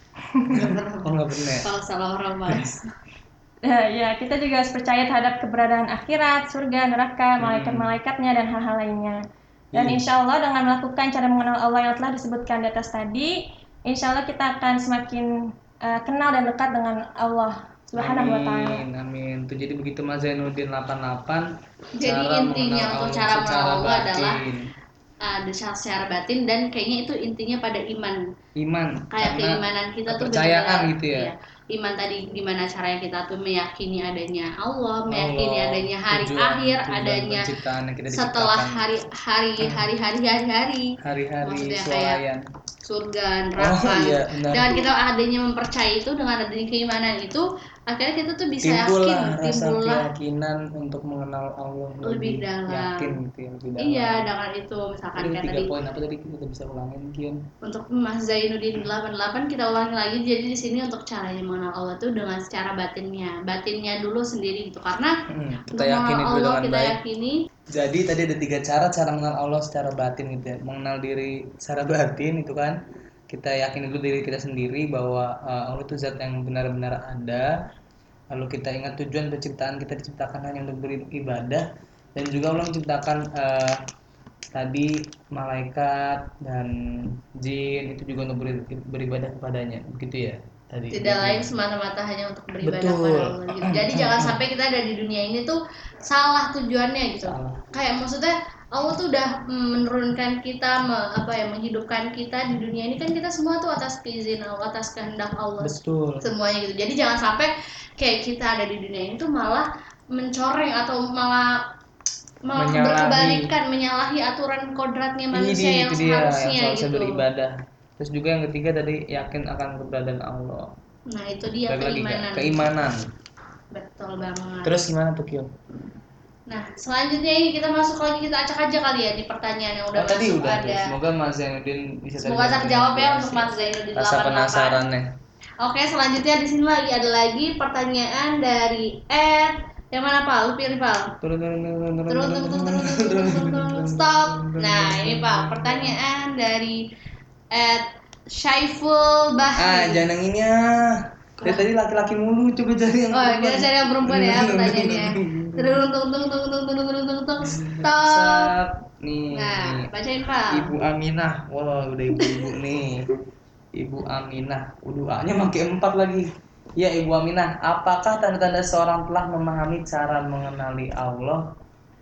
Oh, nggak pernah. Kalau salah orang Mas. Ya, kita juga harus percaya terhadap keberadaan akhirat, surga, neraka, malaikat-malaikatnya, dan hal-hal lainnya. Dan insya Allah dengan melakukan cara mengenal Allah yang telah disebutkan di atas tadi, insya Allah kita akan semakin kenal dan dekat dengan Allah Subhanahu wa ta'ala. Amin. Tuh, jadi begitu Mas Zainuddin 88. Jadi intinya untuk cara mengenal Allah adalah ada secara batin, dan kayaknya itu intinya pada iman. Kayak keimanan kita tuh kepercayaan gitu ya. Iman tadi gimana caranya kita tuh meyakini adanya Allah, meyakini adanya hari akhir, adanya setelah hari-hari, maksudnya kayak surga, neraka. Dengan kita adanya mempercayai itu, dengan adanya keimanan itu, akhirnya kita tuh bisa timbullah keyakinan untuk mengenal Allah lebih dalam, yakin gitu ya, lebih dalam. Iya, dengan itu misalkan kayak tadi 3 poin apa tadi kita bisa ulangin Kion. Untuk Mas Zainuddin 88 kita ulangi lagi. Jadi di sini untuk caranya mengenal Allah tuh dengan secara batinnya dulu sendiri gitu, karena kita yakini dulu dengan kita baik. Yakini. Jadi tadi ada 3 cara mengenal Allah secara batin gitu ya. Mengenal diri secara batin itu kan kita yakini dulu diri kita sendiri bahwa Allah itu zat yang benar-benar ada. Lalu kita ingat tujuan penciptaan kita diciptakan hanya untuk beribadah, dan juga Allah menciptakan tadi malaikat dan jin itu juga untuk beribadah kepadanya, begitu ya tadi. Tidak lain semata-mata hanya untuk beribadah kepada Allah gitu. Jadi jangan sampai kita ada di dunia ini tuh salah tujuannya gitu. Kayak maksudnya Allah tuh udah menurunkan kita, menghidupkan kita di dunia ini kan, kita semua tuh atas keizin Allah, atas kehendak Allah. Betul. Semuanya gitu. Jadi jangan sampai kayak kita ada di dunia ini tuh malah mencoreng atau malah menyalahi aturan kodratnya manusia yang seharusnya gitu. Beribadah. Terus juga yang ketiga tadi yakin akan keberadaan Allah. Nah itu dia keimanan. Betul banget. Terus gimana tuh Kion? Nah selanjutnya ini kita masuk lagi, kita acak aja kali ya di pertanyaan yang udah masuk. Tadi udah ada. Semoga Mas Zainuddin bisa terjawab ya untuk Mas Zainuddin 88. Rasa penasarannya. Oke, selanjutnya di sini ada lagi pertanyaan dari yang mana Pak? Lu pilih Pak. Turun. Stop. Nah ini Pak, pertanyaan dari Syaiful Bahri. Jangan yang ini ya. Tadi laki-laki mulu, coba cari yang perempuan. Kita cari yang perempuan ya pertanyaannya. Tung. Stop. Nih. Nah, bacain Pak. Ibu Aminah. Wah, udah ibu-ibu nih. Ibu Aminah. A-nya pakai 4 lagi. Ya, Ibu Aminah, apakah tanda-tanda seorang telah memahami cara mengenali Allah?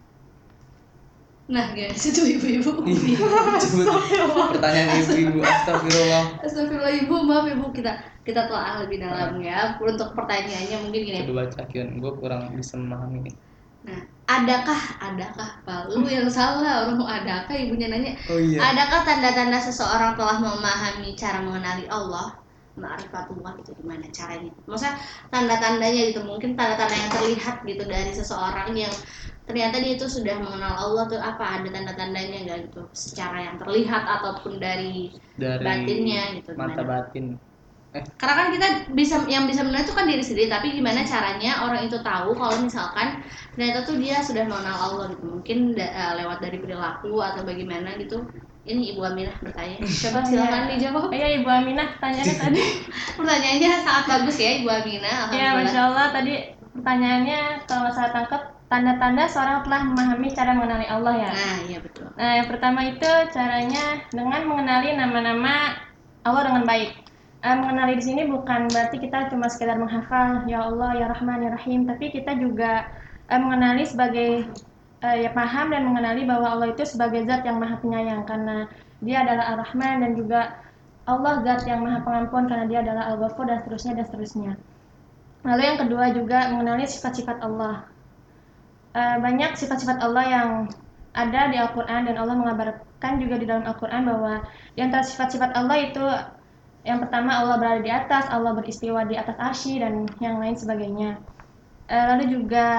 Nah guys, itu ibu-ibu. Pertanyaan ibu-ibu. Astagfirullah ibu, maaf ibu, kita telah lebih dalam ya. Untuk pertanyaannya mungkin gini. Coba baca Kion, gue kurang bisa memahami nih. Nah, adakah Pak? Lu yang salah, orang mau adakah, ibunya nanya. Oh, iya. Adakah tanda-tanda seseorang telah memahami cara mengenali Allah? Ma'rifatullah gitu, gimana caranya? Maksudnya tanda-tandanya gitu, mungkin tanda-tanda yang terlihat gitu dari seseorang yang ternyata dia itu sudah mengenal Allah tuh apa, ada tanda-tandanya nggak gitu, secara yang terlihat ataupun dari batinnya gitu, mata gimana? batin. Karena kan kita bisa menilai itu kan diri sendiri, tapi gimana caranya orang itu tahu kalau misalkan ternyata tuh dia sudah mengenal Allah gitu, mungkin lewat dari perilaku atau bagaimana gitu. Ini Ibu Aminah bertanya, coba silakan dijawab. Iya Ibu Aminah pertanyaannya tadi. Pertanyaannya sangat bagus ya Ibu Aminah. Iya Masya Allah, tadi pertanyaannya kalau saya tangkap, tanda-tanda seorang telah memahami cara mengenali Allah ya. Nah iya betul. Nah yang pertama itu caranya dengan mengenali nama-nama Allah dengan baik. Mengenali di sini bukan berarti kita cuma sekedar menghafal ya Allah ya Rahman ya Rahim, tapi kita juga mengenali sebagai paham dan mengenali bahwa Allah itu sebagai zat yang maha penyayang karena dia adalah Ar-Rahman, dan juga Allah zat yang maha pengampun karena dia adalah Al-Ghafur, dan seterusnya. Lalu yang kedua juga mengenali sifat-sifat Allah. Banyak sifat-sifat Allah yang ada di Al-Quran, dan Allah mengabarkan juga di dalam Al-Quran bahwa di antara sifat-sifat Allah itu yang pertama Allah berada di atas, Allah beristiwa di atas arsy, dan yang lain sebagainya. Lalu juga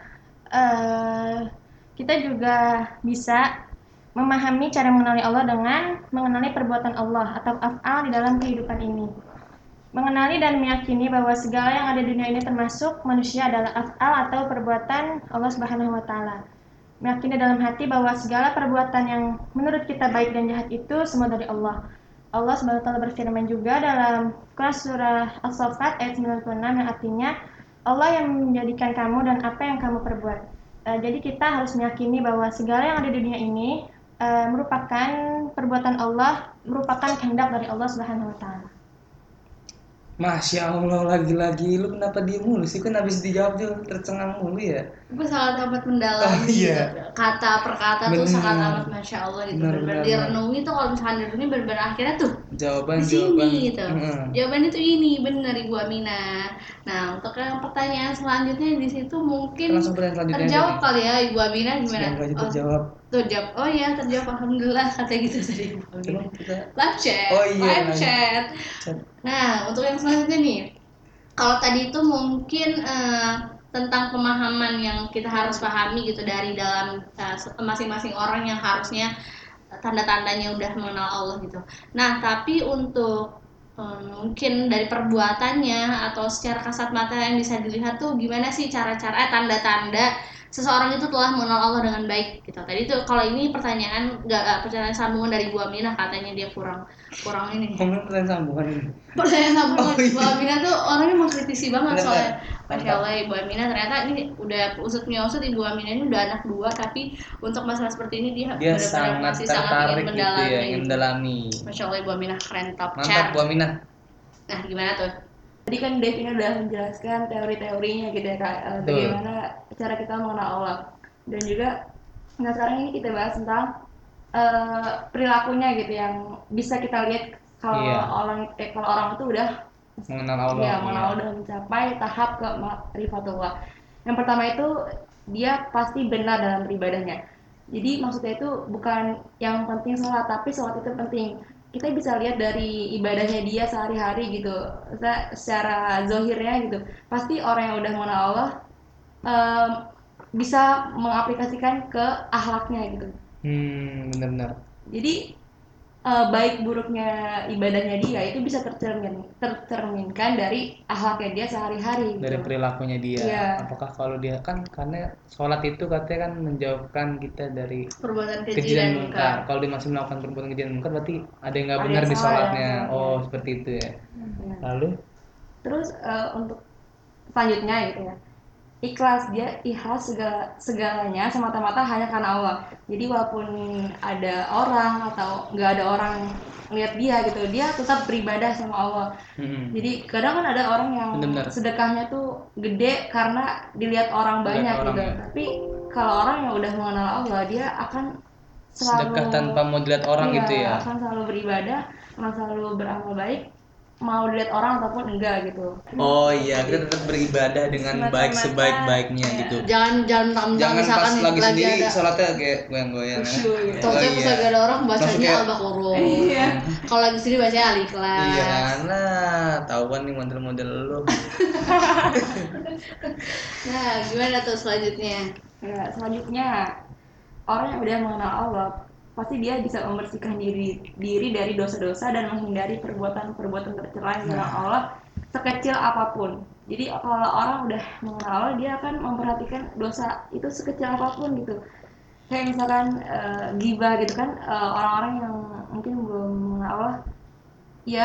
kita juga bisa memahami cara mengenali Allah dengan mengenali perbuatan Allah atau af'al di dalam kehidupan ini. Mengenali dan meyakini bahwa segala yang ada di dunia ini termasuk manusia adalah af'al atau perbuatan Allah Subhanahu wa taala. Meyakini dalam hati bahwa segala perbuatan yang menurut kita baik dan jahat itu semua dari Allah. Allah Subhanahu wa taala berfirman juga dalam Quran surah As-Saffat ayat 96 yang artinya Allah yang menjadikan kamu dan apa yang kamu perbuat. Jadi kita harus meyakini bahwa segala yang ada di dunia ini merupakan perbuatan Allah, merupakan kehendak dari Allah Subhanahu wa taala. Masya Allah, lagi-lagi lu kenapa diem mulu sih? Kan habis dijawab dia tercengang mulu ya? Gue sangat amat mendalam iya. Kata per kata tuh sangat amat Masya Allah gitu. Benar-benar direnungi tuh, kalau misalkan direnungi benar-benar akhirnya tuh jawaban gitu. Jawabannya tuh ini benar Ibu Aminah. Nah untuk yang pertanyaan selanjutnya di situ mungkin terjawab kali ya Ibu Aminah, gimana? Terjawab. Terjawab. Oh iya terjawab, alhamdulillah kata gitu tadi Ibu Aminah. Live chat. Oh iya. Live chat. Nah untuk yang selanjutnya nih, Kalau tadi itu mungkin tentang pemahaman yang kita harus pahami gitu dari dalam masing-masing orang yang harusnya tanda-tandanya udah mengenal Allah gitu. Nah, tapi untuk mungkin dari perbuatannya atau secara kasat mata yang bisa dilihat tuh gimana sih cara-cara tanda-tanda seseorang itu telah mengenal Allah dengan baik gitu. Tadi tuh kalau ini pertanyaan sambungan dari Bu Aminah, katanya dia kurang ini. Pertanyaan sambungan ini. Pertanyaan sambungan. Bu Aminah tuh orangnya mengkritisi banget soalnya. Masya Allah, Ibu Aminah ternyata ini udah usut-punya usut. Ibu Aminah ini udah anak 2, tapi untuk masalah seperti ini dia benar-benar masih sangat ingin mendalami. Gitu ya, ingin mendalami. Masya Allah, Ibu Aminah keren, top chair. Mantap Bu Aminah. Nah, gimana tuh? Tadi kan Devina udah menjelaskan teori-teorinya gitu ya Kak, bagaimana cara kita mengenal Allah. Dan juga sekarang ini kita bahas tentang perilakunya gitu yang bisa kita lihat kalau orang itu udah mengenal Allah. Ya, mengenal Allah dan mencapai tahap ke ma'rifatullah. Yang pertama itu dia pasti benar dalam beribadahnya. Jadi maksudnya itu bukan yang penting sholat, tapi sholat itu penting. Kita bisa lihat dari ibadahnya dia sehari-hari gitu, secara zahirnya gitu. Pasti orang yang udah mengenal Allah bisa mengaplikasikan ke akhlaknya gitu. Benar-benar. Jadi baik buruknya ibadahnya dia itu bisa tercerminkan dari akhlaknya dia sehari-hari. Dari gitu. perilakunya dia. Ya. Apakah kalau dia kan karena sholat itu katanya kan menjauhkan kita dari perbuatan keji dan munkar. Kalau dia masih melakukan perbuatan keji dan munkar berarti ada yang nggak benar di sholatnya. Seperti itu ya. Lalu? Terus untuk selanjutnya gitu ya. Ikhlas segalanya semata-mata hanya karena Allah. Jadi walaupun ada orang atau nggak ada orang lihat dia gitu, dia tetap beribadah sama Allah. Jadi kadang kan ada orang yang sedekahnya tuh gede karena dilihat orang banyak gitu. Tapi kalau orang yang udah mengenal Allah, dia akan selalu sedekah tanpa mau dilihat orang gitu ya. Akan selalu beribadah, akan selalu beramal baik, mau dilihat orang ataupun enggak gitu. Oh iya, kita tetap beribadah dengan baik sebaik-baiknya gitu. Jangan pas lagi sendiri sholatnya kayak goyang-goyang. Tapi pas lagi ada orang bacanya Al-Baqarah. Iya. Kalau lagi sendiri bacanya Al-Ikhlas. Iya, nah, tahu kan nih model-model lu. Nah, gimana tuh selanjutnya? Ya, selanjutnya orang yang udah mengenal Allah pasti dia bisa membersihkan diri dari dosa-dosa dan menghindari perbuatan-perbuatan tercela dalam Allah sekecil apapun. Jadi kalau orang udah mengenal Allah, dia akan memperhatikan dosa itu sekecil apapun gitu. Kayak misalkan ghibah gitu kan, orang-orang yang mungkin belum mengenal Allah, ya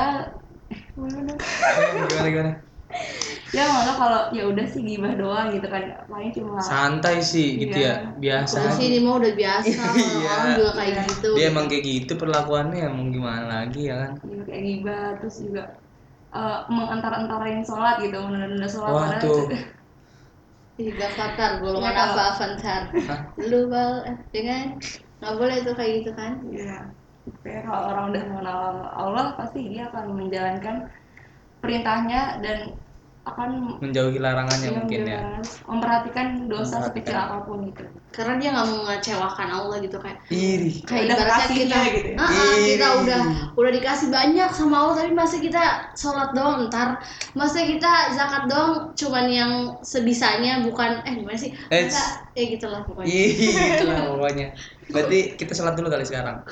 gimana? Ya malah kalau ya udah sih ghibah doang gitu kan, paling cuma santai sih gitu ya, biasa. Udah sih ini mah udah biasa, orang juga kayak gitu. Dia emang kayak gitu perlakuannya, mau gimana lagi ya kan? Iya kayak ghibah, terus juga mengantar-antarain sholat gitu, menunda sholat. Wah tuh. Gak fatar, golongan apa avantar? Lu dengan nggak boleh tuh kayak gitu kan? Iya. Kayak kalau orang udah mengenal Allah, pasti dia akan menjalankan perintahnya dan akan menjauhi larangannya mungkin ya, memperhatikan dosa sekecil apapun gitu, karena dia nggak mau mengecewakan Allah gitu kayak ibaratnya kita gitu ya? Kita udah dikasih banyak sama Allah tapi masih kita sholat doang, ntar masih kita zakat doang cuman yang sebisanya, bukan gimana sih gitulah pokoknya. Gitulah pokoknya. Berarti kita sholat dulu kali sekarang.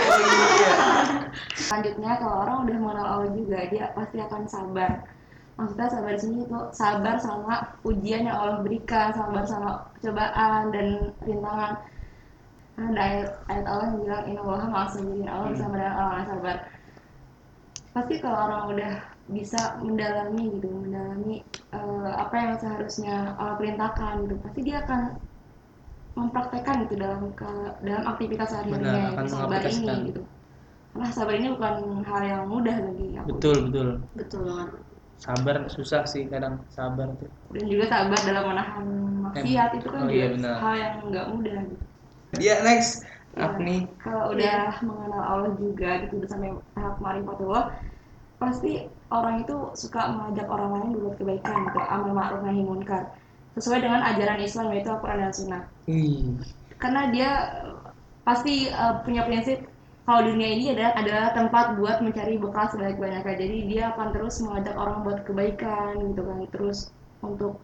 Selanjutnya kalau orang udah mengenal Allah juga, dia pasti akan sabar. Maksudnya sabar di sini itu sabar sama ujian yang Allah berikan, sabar sama cobaan dan rintangan. Ada ayat Allah yang bilang innallaha ma'as sabirin, Allah bersama dengan orang yang sabar. Pasti kalau orang udah bisa mendalami apa yang seharusnya Allah perintahkan gitu, pasti dia akan mempraktekkan gitu dalam aktivitas sehari-harinya gitu, sabar ini gitu. Karena sabar ini bukan hal yang mudah bagi aku. Betul banget. Sabar susah sih kadang sabar tuh. Dan juga sabar dalam menahan maksiat itu kan juga hal yang nggak mudah gitu. Ya next, Agni. Kalau udah mengenal Allah juga gitu, udah sampai tahap ma'rifatullah, pasti orang itu suka mengajak orang lain berbuat kebaikan gitu, amal ma'ruf nahi munkar, sesuai dengan ajaran Islam yaitu Al-Quran dan Sunnah. Karena dia pasti punya prinsip kalau dunia ini adalah tempat buat mencari bekal sebanyak-banyaknya. Jadi dia akan terus mengajak orang buat kebaikan gitu kan, terus untuk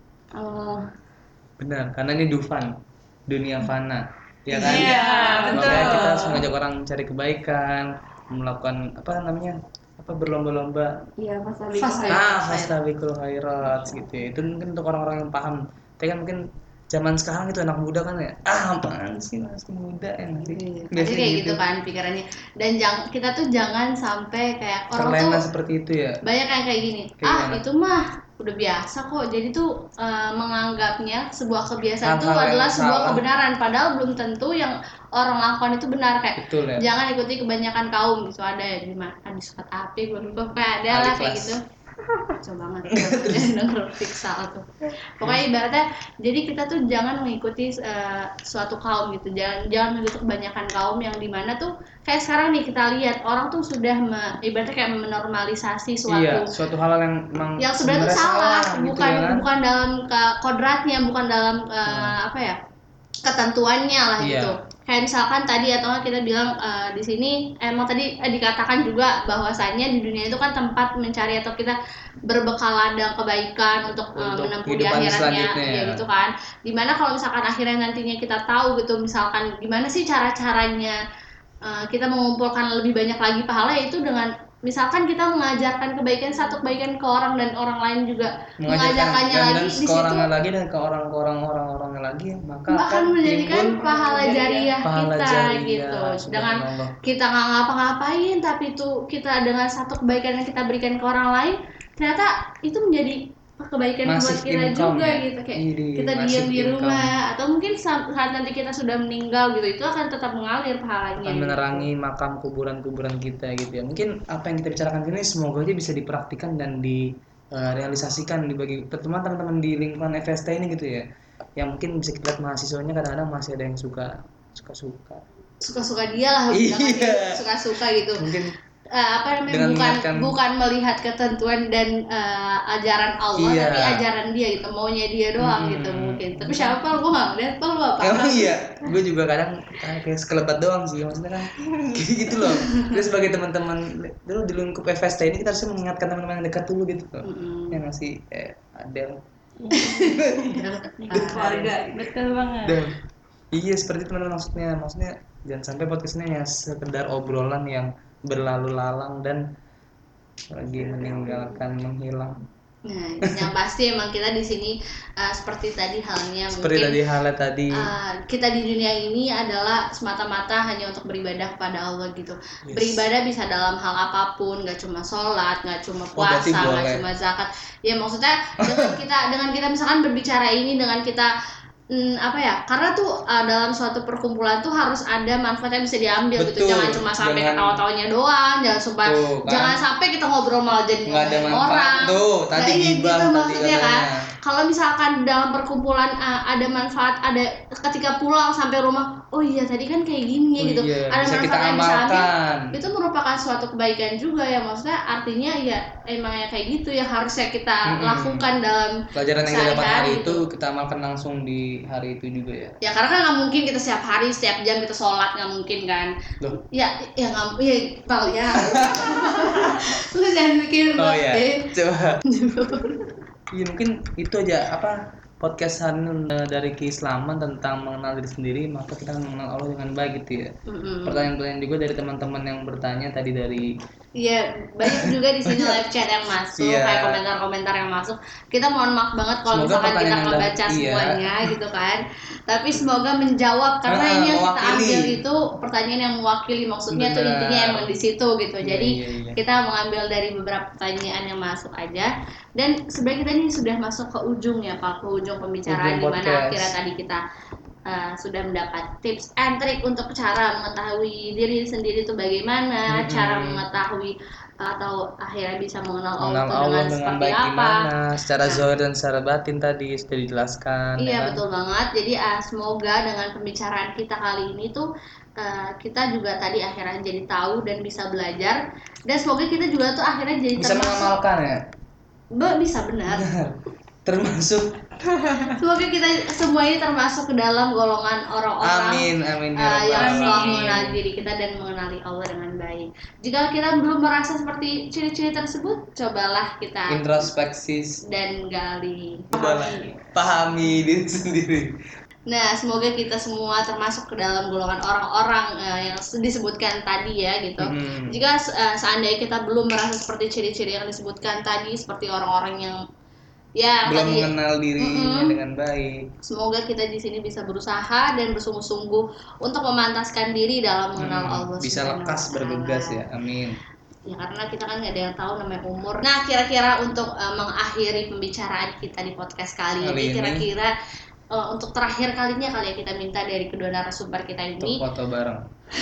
benar, karena ini Dufan, dunia fana, ya kan? Iya, betul. Makanya kita harus mengajak orang mencari kebaikan, melakukan berlomba-lomba. Iya, fastabiqul khairat gitu ya. Itu mungkin untuk orang-orang yang paham. Tapi kan mungkin zaman sekarang itu anak muda kan ya, apaan sih masih muda ya nanti. Jadi kayak gitu kan pikirannya. Dan kita tuh jangan sampai kayak orang terlena tuh seperti itu ya. Banyak yang kayak gini. Itu mah udah biasa kok. Jadi tuh menganggapnya sebuah kebiasaan itu adalah sebuah kebenaran, padahal belum tentu yang orang lakukan itu benar. Kayak betul, ya? Jangan ikuti kebanyakan kaum gitu. Ada ya di surat api, gue lupa kayak ada lah kayak gitu. Coba banget denger fiksal tuh. Pokoknya ibaratnya jadi kita tuh jangan mengikuti suatu kaum gitu. Jangan mengikuti kebanyakan kaum yang dimana tuh kayak sekarang nih kita lihat orang tuh sudah ibaratnya kayak menormalisasi suatu hal yang sebenarnya itu salah, gitu bukan dalam kodratnya, bukan dalam ketentuannya lah gitu. Kayak misalkan tadi atau kita bilang di sini emang tadi dikatakan juga bahwasannya di dunia itu kan tempat mencari atau kita berbekal ladang kebaikan untuk menempuh di akhiratnya ya gitu kan. Dimana kalau misalkan akhirnya nantinya kita tahu gitu misalkan gimana sih cara-caranya kita mengumpulkan lebih banyak lagi pahala, yaitu dengan misalkan kita mengajarkan satu kebaikan ke orang dan orang lain juga mengajarkannya lagi di situ lagi dan ke orang lagi, maka akan menjadikan pahala jariah kita gitu. Dengan kita nggak ngapa-ngapain tapi itu kita dengan satu kebaikan yang kita berikan ke orang lain, ternyata itu menjadi kebaikan buat kita juga gitu. Kayak kita diam di rumah atau mungkin saat nanti kita sudah meninggal gitu, itu akan tetap mengalir pahalanya, akan menerangi makam kuburan-kuburan kita gitu ya. Mungkin apa yang kita bicarakan ini semoga aja bisa dipraktikkan dan direalisasikan bagi teman-teman di lingkungan FST ini gitu ya. Yang mungkin bisa kita lihat mahasiswanya kadang-kadang masih ada yang suka dia lah, suka gitu. Mungkin bukan melihat ketentuan dan ajaran Allah, tapi ajaran dia gitu, maunya dia doang gitu mungkin. Tapi siapa gue nggak lihat lu apa? Emang iya, gue juga kadang kayak sekelebat doang sih maksudnya kan, gitu loh. Terus sebagai teman-teman dulu di lingkup FST ini kita harus mengingatkan teman-teman yang dekat dulu gitu loh, yang masih ada keluarga, betul banget. Iya seperti teman-teman maksudnya jangan sampai podcast ini hanya sekedar obrolan yang berlalu lalang dan lagi menghilang. Nah, yang pasti emang kita di sini seperti tadi halnya kita di dunia ini adalah semata-mata hanya untuk beribadah kepada Allah gitu. Yes. Beribadah bisa dalam hal apapun, nggak cuma sholat, nggak cuma puasa, nggak cuma zakat. Ya maksudnya dengan kita misalkan berbicara ini dengan kita karena tuh dalam suatu perkumpulan tuh harus ada manfaat yang bisa diambil. Betul. Gitu. Jangan cuma sampai ketawa-tawanya doang, jangan sampai kita ngobrol malah jadi ngomongin orang. Tuh, tadi gibah gitu maksudnya kan. Kalau misalkan dalam perkumpulan ada manfaat, ada ketika pulang sampai rumah, oh iya tadi kan kayak gini gitu. Ada manfaat yang bisa ambil. Itu merupakan suatu kebaikan juga ya, maksudnya artinya ya emang kayak gitu ya harusnya kita lakukan dalam pelajaran yang kita dapat hari itu kita amalkan langsung di hari itu juga ya. Ya karena kan nggak mungkin kita setiap hari setiap jam kita sholat, nggak mungkin kan. Loh? Ya lu jangan bikin coba. Ya mungkin itu aja podcast dari keislaman tentang mengenal diri sendiri, maka kita akan mengenal Allah dengan baik gitu ya. Pertanyaan-pertanyaan juga dari teman-teman yang bertanya tadi dari banyak juga di sini live chat yang masuk, kayak komentar-komentar yang masuk. Kita mohon maaf banget kalau misalkan kita nggak baca semuanya gitu kan. Tapi semoga menjawab karena ini yang kita ambil itu pertanyaan yang mewakili, maksudnya tuh intinya emang di situ gitu. Jadi kita mengambil dari beberapa pertanyaan yang masuk aja. Dan sebenarnya kita ini sudah masuk ke ujung ya Pak, ke ujung pembicaraan di mana akhirnya tadi kita sudah mendapat tips and trick untuk cara mengetahui diri sendiri itu bagaimana, cara mengetahui atau akhirnya bisa mengenal Allah dengan seperti baik apa gimana, secara zahir dan secara batin tadi sudah dijelaskan. Iya betul banget. Jadi semoga dengan pembicaraan kita kali ini tuh kita juga tadi akhirnya jadi tahu dan bisa belajar, dan semoga kita juga tuh akhirnya jadi bisa mengamalkan ya. Bisa benar. termasuk semoga kita semua ini termasuk ke dalam golongan orang-orang yang telah mengenali diri kita dan mengenali Allah dengan baik. Jika kita belum merasa seperti ciri-ciri tersebut, cobalah kita introspeksi dan gali, pahami diri sendiri. Nah, semoga kita semua termasuk ke dalam golongan orang-orang yang disebutkan tadi ya gitu. Jika seandainya kita belum merasa seperti ciri-ciri yang disebutkan tadi, seperti orang-orang yang belum mengenal dirinya dengan baik. Semoga kita di sini bisa berusaha dan bersungguh-sungguh untuk memantaskan diri dalam mengenal Allah. Bisa lekas bergegas ya, amin. Ya karena kita kan nggak ada yang tahu namanya umur. Nah kira-kira untuk mengakhiri pembicaraan kita di podcast kali ini, kira-kira untuk terakhir kalinya kali ya kita minta dari kedua narasumber kita ini untuk foto bareng.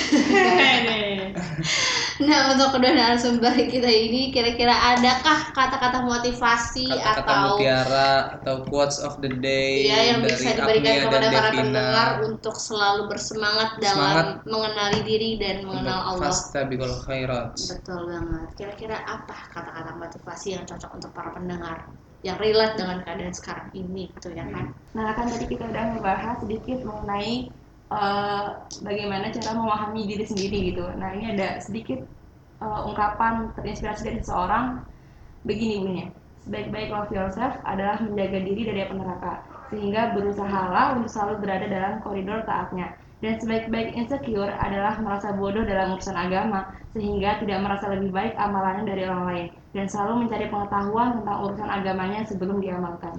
Nah untuk kedua narasumber kita ini kira-kira adakah kata-kata motivasi atau mutiara atau quotes of the day yang bisa diberikan kepada para pendengar untuk selalu bersemangat dalam mengenali diri dan mengenal Allah. Fastabiqul khairat. Betul banget. Kira-kira apa kata-kata motivasi yang cocok untuk para pendengar yang relate dengan keadaan sekarang ini gitu ya kan? Nah kan tadi kita udah ngebahas sedikit mengenai bagaimana cara memahami diri sendiri gitu. Nah ini ada sedikit ungkapan terinspirasi dari seseorang begini bunyinya. Sebaik-baik love yourself adalah menjaga diri dari api neraka, sehingga berusahalah untuk selalu berada dalam koridor taatnya. Dan sebaik-baik insecure adalah merasa bodoh dalam urusan agama, sehingga tidak merasa lebih baik amalannya dari orang lain, dan selalu mencari pengetahuan tentang urusan agamanya sebelum diamalkan.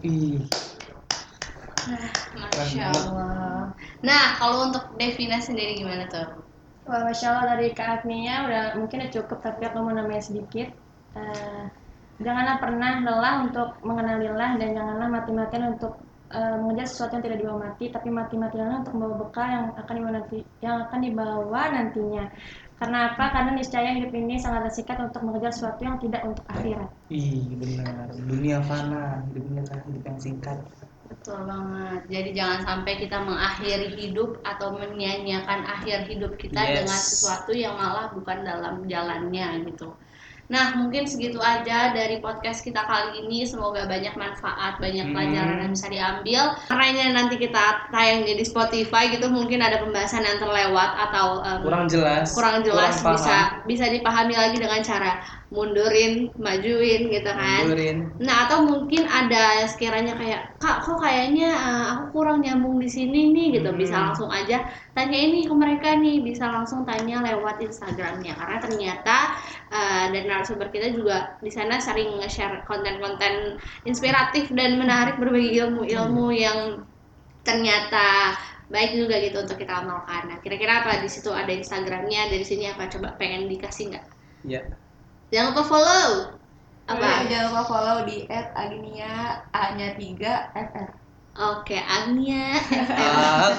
Masya Allah. Nah, kalau untuk Devina sendiri gimana tuh? Wah, Masya Allah, dari Kak Agnia udah mungkin udah cukup, tapi aku mau nambahin sedikit. Janganlah pernah lelah untuk mengenalilah, dan janganlah mati-matian untuk mengejar sesuatu yang tidak dibawa mati, tapi mati-matian untuk membawa bekal yang akan dibawa nantinya. Karena apa? Karena niscaya hidup ini sangat singkat untuk mengejar sesuatu yang tidak untuk akhirat. Benar. Dunia fana, hidup yang singkat. Betul banget. Jadi jangan sampai kita mengakhiri hidup atau menyia-nyiakan akhir hidup kita dengan sesuatu yang malah bukan dalam jalannya gitu. Nah, mungkin segitu aja dari podcast kita kali ini. Semoga banyak manfaat, banyak pelajaran yang bisa diambil. Karena nanti kita tayang di Spotify gitu, mungkin ada pembahasan yang terlewat atau kurang jelas bisa dipahami lagi dengan cara mundurin, majuin gitu kan. Nah, atau mungkin ada sekiranya kayak, Kak, kok kayaknya aku kurang nyambung di sini nih gitu. Bisa langsung aja tanya ini ke mereka nih, bisa langsung tanya lewat Instagramnya, karena ternyata dan narasumber kita juga di sana sering nge-share konten-konten inspiratif dan menarik, berbagi ilmu-ilmu yang ternyata baik juga gitu untuk kita amalkan. Nah, kira-kira apa di situ ada Instagramnya, dari sini apa coba pengen dikasih nggak? Iya. Jangan lupa follow. Jangan lupa follow di @agnia A-nya 3 FR. Oke, Agnia FR.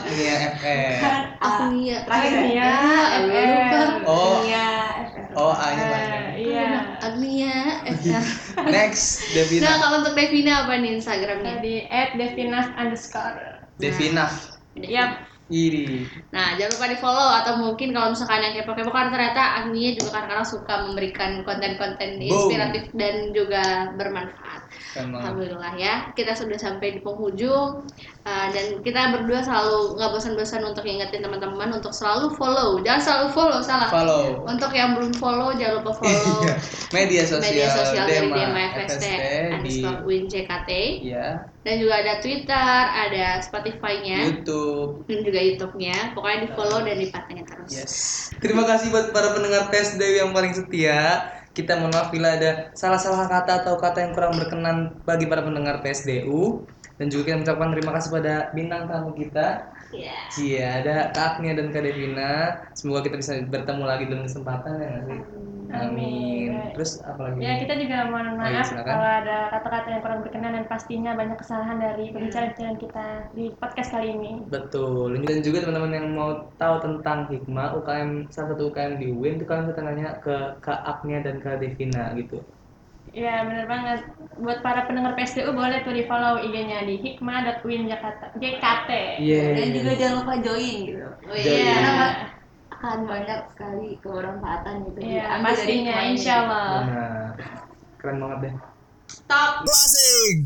Agnia FR. Oh, A-nya banyak. Iya. Agnia FR. Next, Devina. Nah, kalau untuk Devina apa nih Instagramnya? Di @devinaf_. Devinaf. Yap. Iri. Nah, jangan lupa di follow, atau mungkin kalau misalkan yang kepo-kepo, karena ternyata Agnia juga kadang-kadang suka memberikan konten-konten inspiratif dan juga bermanfaat. Alhamdulillah ya, kita sudah sampai di penghujung dan kita berdua selalu nggak bosan-bosan untuk ingetin teman-teman untuk selalu follow. Jangan selalu follow. Untuk yang belum follow, jangan lupa follow media sosial dari DMAFST _WinJKT. Iya. Dan juga ada Twitter, ada Spotify-nya, YouTube, dan juga YouTube-nya. Pokoknya di-follow dan dipantengin terus. Yes. Terima kasih buat para pendengar PSDU yang paling setia. Kita mohon maaf bila ada salah-salah kata atau kata yang kurang berkenan bagi para pendengar PSDU. Dan juga kita mengucapkan terima kasih pada bintang tamu kita. Iya, ada Kak Agnia dan Kak Devina. Semoga kita bisa bertemu lagi dalam kesempatan ya nggak sih? Amin. Terus apa lagi? Ya, kita juga mohon maaf kalau ada kata-kata yang kurang berkenan, dan pastinya banyak kesalahan dari pembicaraan kita di podcast kali ini. Betul. Dan juga teman-teman yang mau tahu tentang hikmah UKM, salah satu UKM di UIN, itu kalian bisa tanya ke Kak Agnia dan Kak Devina gitu. Iya, benar banget. Buat para pendengar PSDU boleh tuh di-follow IG-nya di hikmah.winJKT. Dan juga jangan lupa join gitu. Oh iya. Akan banyak sekali kebermanfaatan gitu. Iya, pastinya, insya Allah. Benar. Keren banget deh. Stop. Closing.